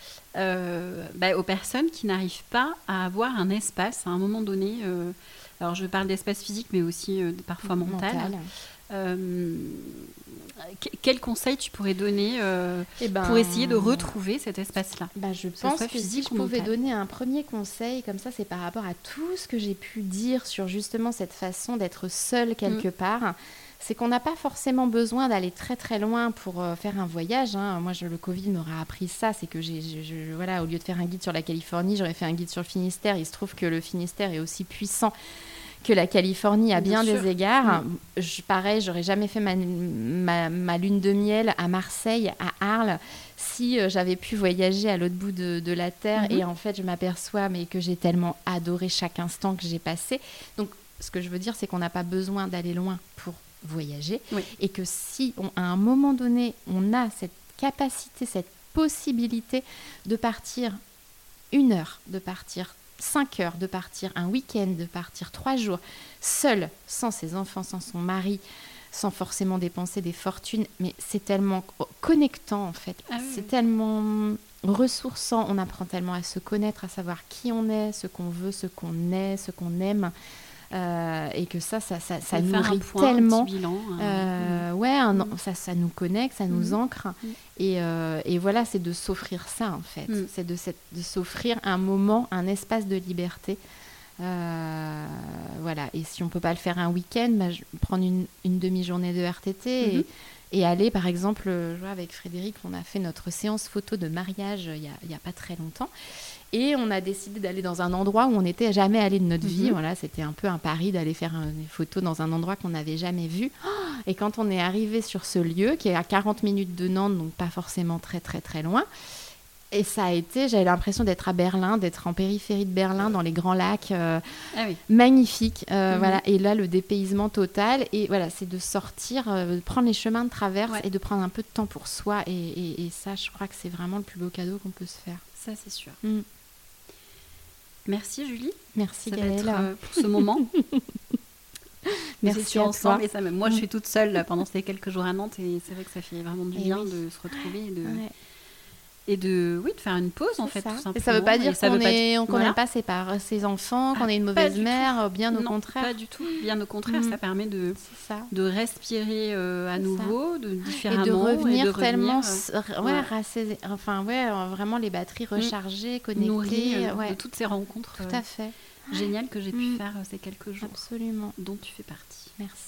euh, bah, aux personnes qui n'arrivent pas à avoir un espace à un moment donné euh, alors, je parle d'espace physique, mais aussi euh, parfois mental. Mental. Euh, que- quel conseil tu pourrais donner euh, Eh ben, pour essayer de retrouver cet espace-là? Bah, je ce pense soit que si physique je ou pouvais mental. donner un premier conseil, comme ça, c'est par rapport à tout ce que j'ai pu dire sur justement cette façon d'être seule quelque part. C'est qu'on n'a pas forcément besoin d'aller très très loin pour euh, faire un voyage. hein. Moi, je, le Covid m'aura appris ça. C'est que j'ai, je- je- voilà, au lieu de faire un guide sur la Californie, j'aurais fait un guide sur le Finistère. Il se trouve que le Finistère est aussi puissant que la Californie à bien, Bien des sûr. égards. Je, pareil, j'aurais jamais fait ma, ma, ma lune de miel à Marseille, à Arles, si euh, j'avais pu voyager à l'autre bout de, de la Terre. Mhm. Et en fait, je m'aperçois mais que j'ai tellement adoré chaque instant que j'ai passé. Donc, ce que je veux dire, c'est qu'on n'a pas besoin d'aller loin pour voyager. Oui. Et que si, on, à un moment donné, on a cette capacité, cette possibilité de partir une heure, de partir cinq heures, de partir un week-end, de partir trois jours, seule, sans ses enfants, sans son mari, sans forcément dépenser des fortunes, mais c'est tellement connectant en fait, Ah oui, c'est oui. tellement ressourçant, on apprend tellement à se connaître, à savoir qui on est, ce qu'on veut, ce qu'on est, ce qu'on aime, euh, et que ça, ça, ça, ça De faire un nourrit point, un tellement. petit bilan, un- Euh, ouais, un- Mhm. ça, ça nous connecte, ça nous Mhm. ancre. Mhm. Et, euh, et voilà, c'est de s'offrir ça, en fait. Mhm. C'est de, s'être- de s'offrir un moment, un espace de liberté. Euh, voilà. Et si on ne peut pas le faire un week-end, bah, je- prendre une, une demi-journée de R T T Mhm. et, et aller, par exemple, je vois, avec Frédéric, on a fait notre séance photo de mariage il n'y a, il y a pas très longtemps. Et on a décidé d'aller dans un endroit où on n'était jamais allé de notre vie. Mhm. Voilà, c'était un peu un pari d'aller faire un- des photos dans un endroit qu'on n'avait jamais vu. Et quand on est arrivé sur ce lieu, qui est à quarante minutes de Nantes, donc pas forcément très très très loin, et ça a été, j'avais l'impression d'être à Berlin, d'être en périphérie de Berlin, dans les grands lacs, euh, Ah oui. magnifique. euh, Mhm. Voilà. Et là, le dépaysement total. Et voilà, c'est de sortir, euh, de prendre les chemins de traverse Ouais. et de prendre un peu de temps pour soi. Et, et- et ça, je crois que c'est vraiment le plus beau cadeau qu'on peut se faire. Ça, c'est sûr. Mm. Merci, Julie. Merci Ça va être Gaëlle. euh, pour ce moment. Nous Merci étions à ensemble toi. et ça, même moi, je Mm. suis toute seule là, pendant ces quelques jours à Nantes et c'est vrai que ça fait vraiment du Et bien oui. de se retrouver et de, Ouais. et de, oui, de faire une pause en C'est fait, ça. tout simplement. Et ça veut pas Et dire ça qu'on veut pas est- dire- qu'on n'aime voilà. pas ses, par- ses enfants, qu'on Ah, est une pas mauvaise du tout. mère, bien au Non, contraire. pas du tout. Bien au contraire, Mhm. ça permet de, C'est ça. de respirer euh, à C'est nouveau, de Et différemment. de revenir de tellement, revenir, s- r- ouais, ouais. rassaiser- enfin ouais, euh, vraiment les batteries rechargées, euh, connectées, nourri euh, ouais, de toutes ces rencontres tout euh, à fait, géniales que j'ai pu Mm. faire euh, ces quelques jours, absolument. dont tu fais partie. Merci.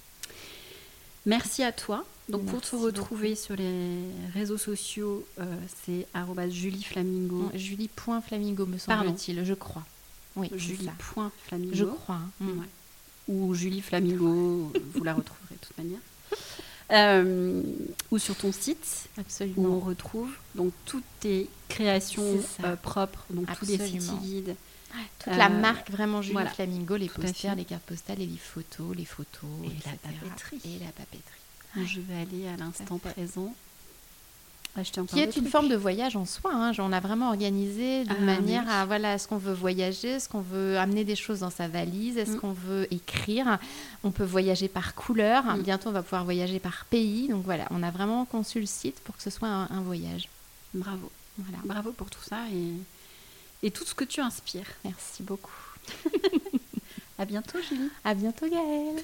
Merci à toi. Donc pour Merci te retrouver sur les réseaux sociaux, euh, c'est arobase Julie Flamingo. Julie.flamingo me Pardon. semble-t-il, je crois. Oui, c'est ça. Julie.flamingo. Je crois. hein. Mm. Ouais. Ou Julie Flamingo, vous la retrouverez de toute manière. euh, ou sur ton site. Absolument. Où on retrouve donc toutes tes créations euh, propres, donc Absolument. tous les city guides. Toute euh, la marque vraiment Julie voilà. Flamingo, les posters, les cartes postales, les livres photos, les photos, et et la cetera. papeterie. Et la papeterie. Donc, je vais aller à l'instant présent acheter qui est une forme de voyage en soi. Hein. On a vraiment organisé de ah, manière oui. à voilà, est-ce qu'on veut voyager, est-ce qu'on veut amener des choses dans sa valise, est-ce mm. qu'on veut écrire. On peut voyager par couleur. Mm. Bientôt, on va pouvoir voyager par pays. Donc voilà, on a vraiment conçu le site pour que ce soit un, un voyage. Bravo. Voilà. Bravo pour tout ça et, et tout ce que tu inspires. Merci beaucoup. À bientôt, Julie. À bientôt, Gaëlle.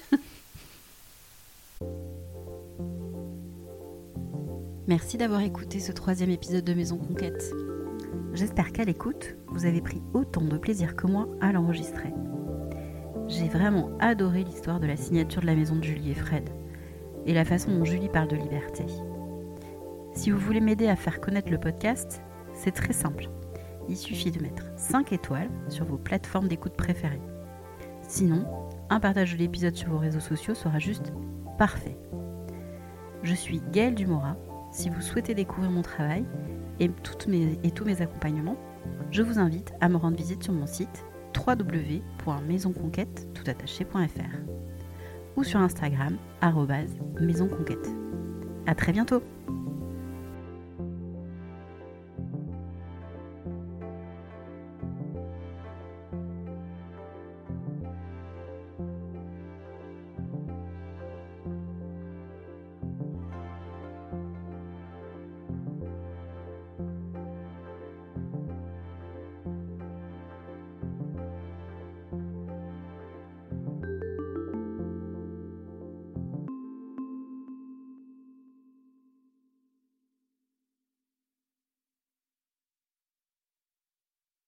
Merci d'avoir écouté ce troisième épisode de Maison Conquête. J'espère qu'à l'écoute, vous avez pris autant de plaisir que moi à l'enregistrer. J'ai vraiment adoré l'histoire de la signature de la maison de Julie et Fred, et la façon dont Julie parle de liberté. Si vous voulez m'aider à faire connaître le podcast, c'est très simple. Il suffit de mettre cinq étoiles sur vos plateformes d'écoute préférées. Sinon, un partage de l'épisode sur vos réseaux sociaux sera juste parfait. Je suis Gaëlle Dumora. Si vous souhaitez découvrir mon travail et, toutes mes, et tous mes accompagnements, je vous invite à me rendre visite sur mon site w w w point maison conquête tout attaché point f r ou sur Instagram arobase maison conquête. À très bientôt.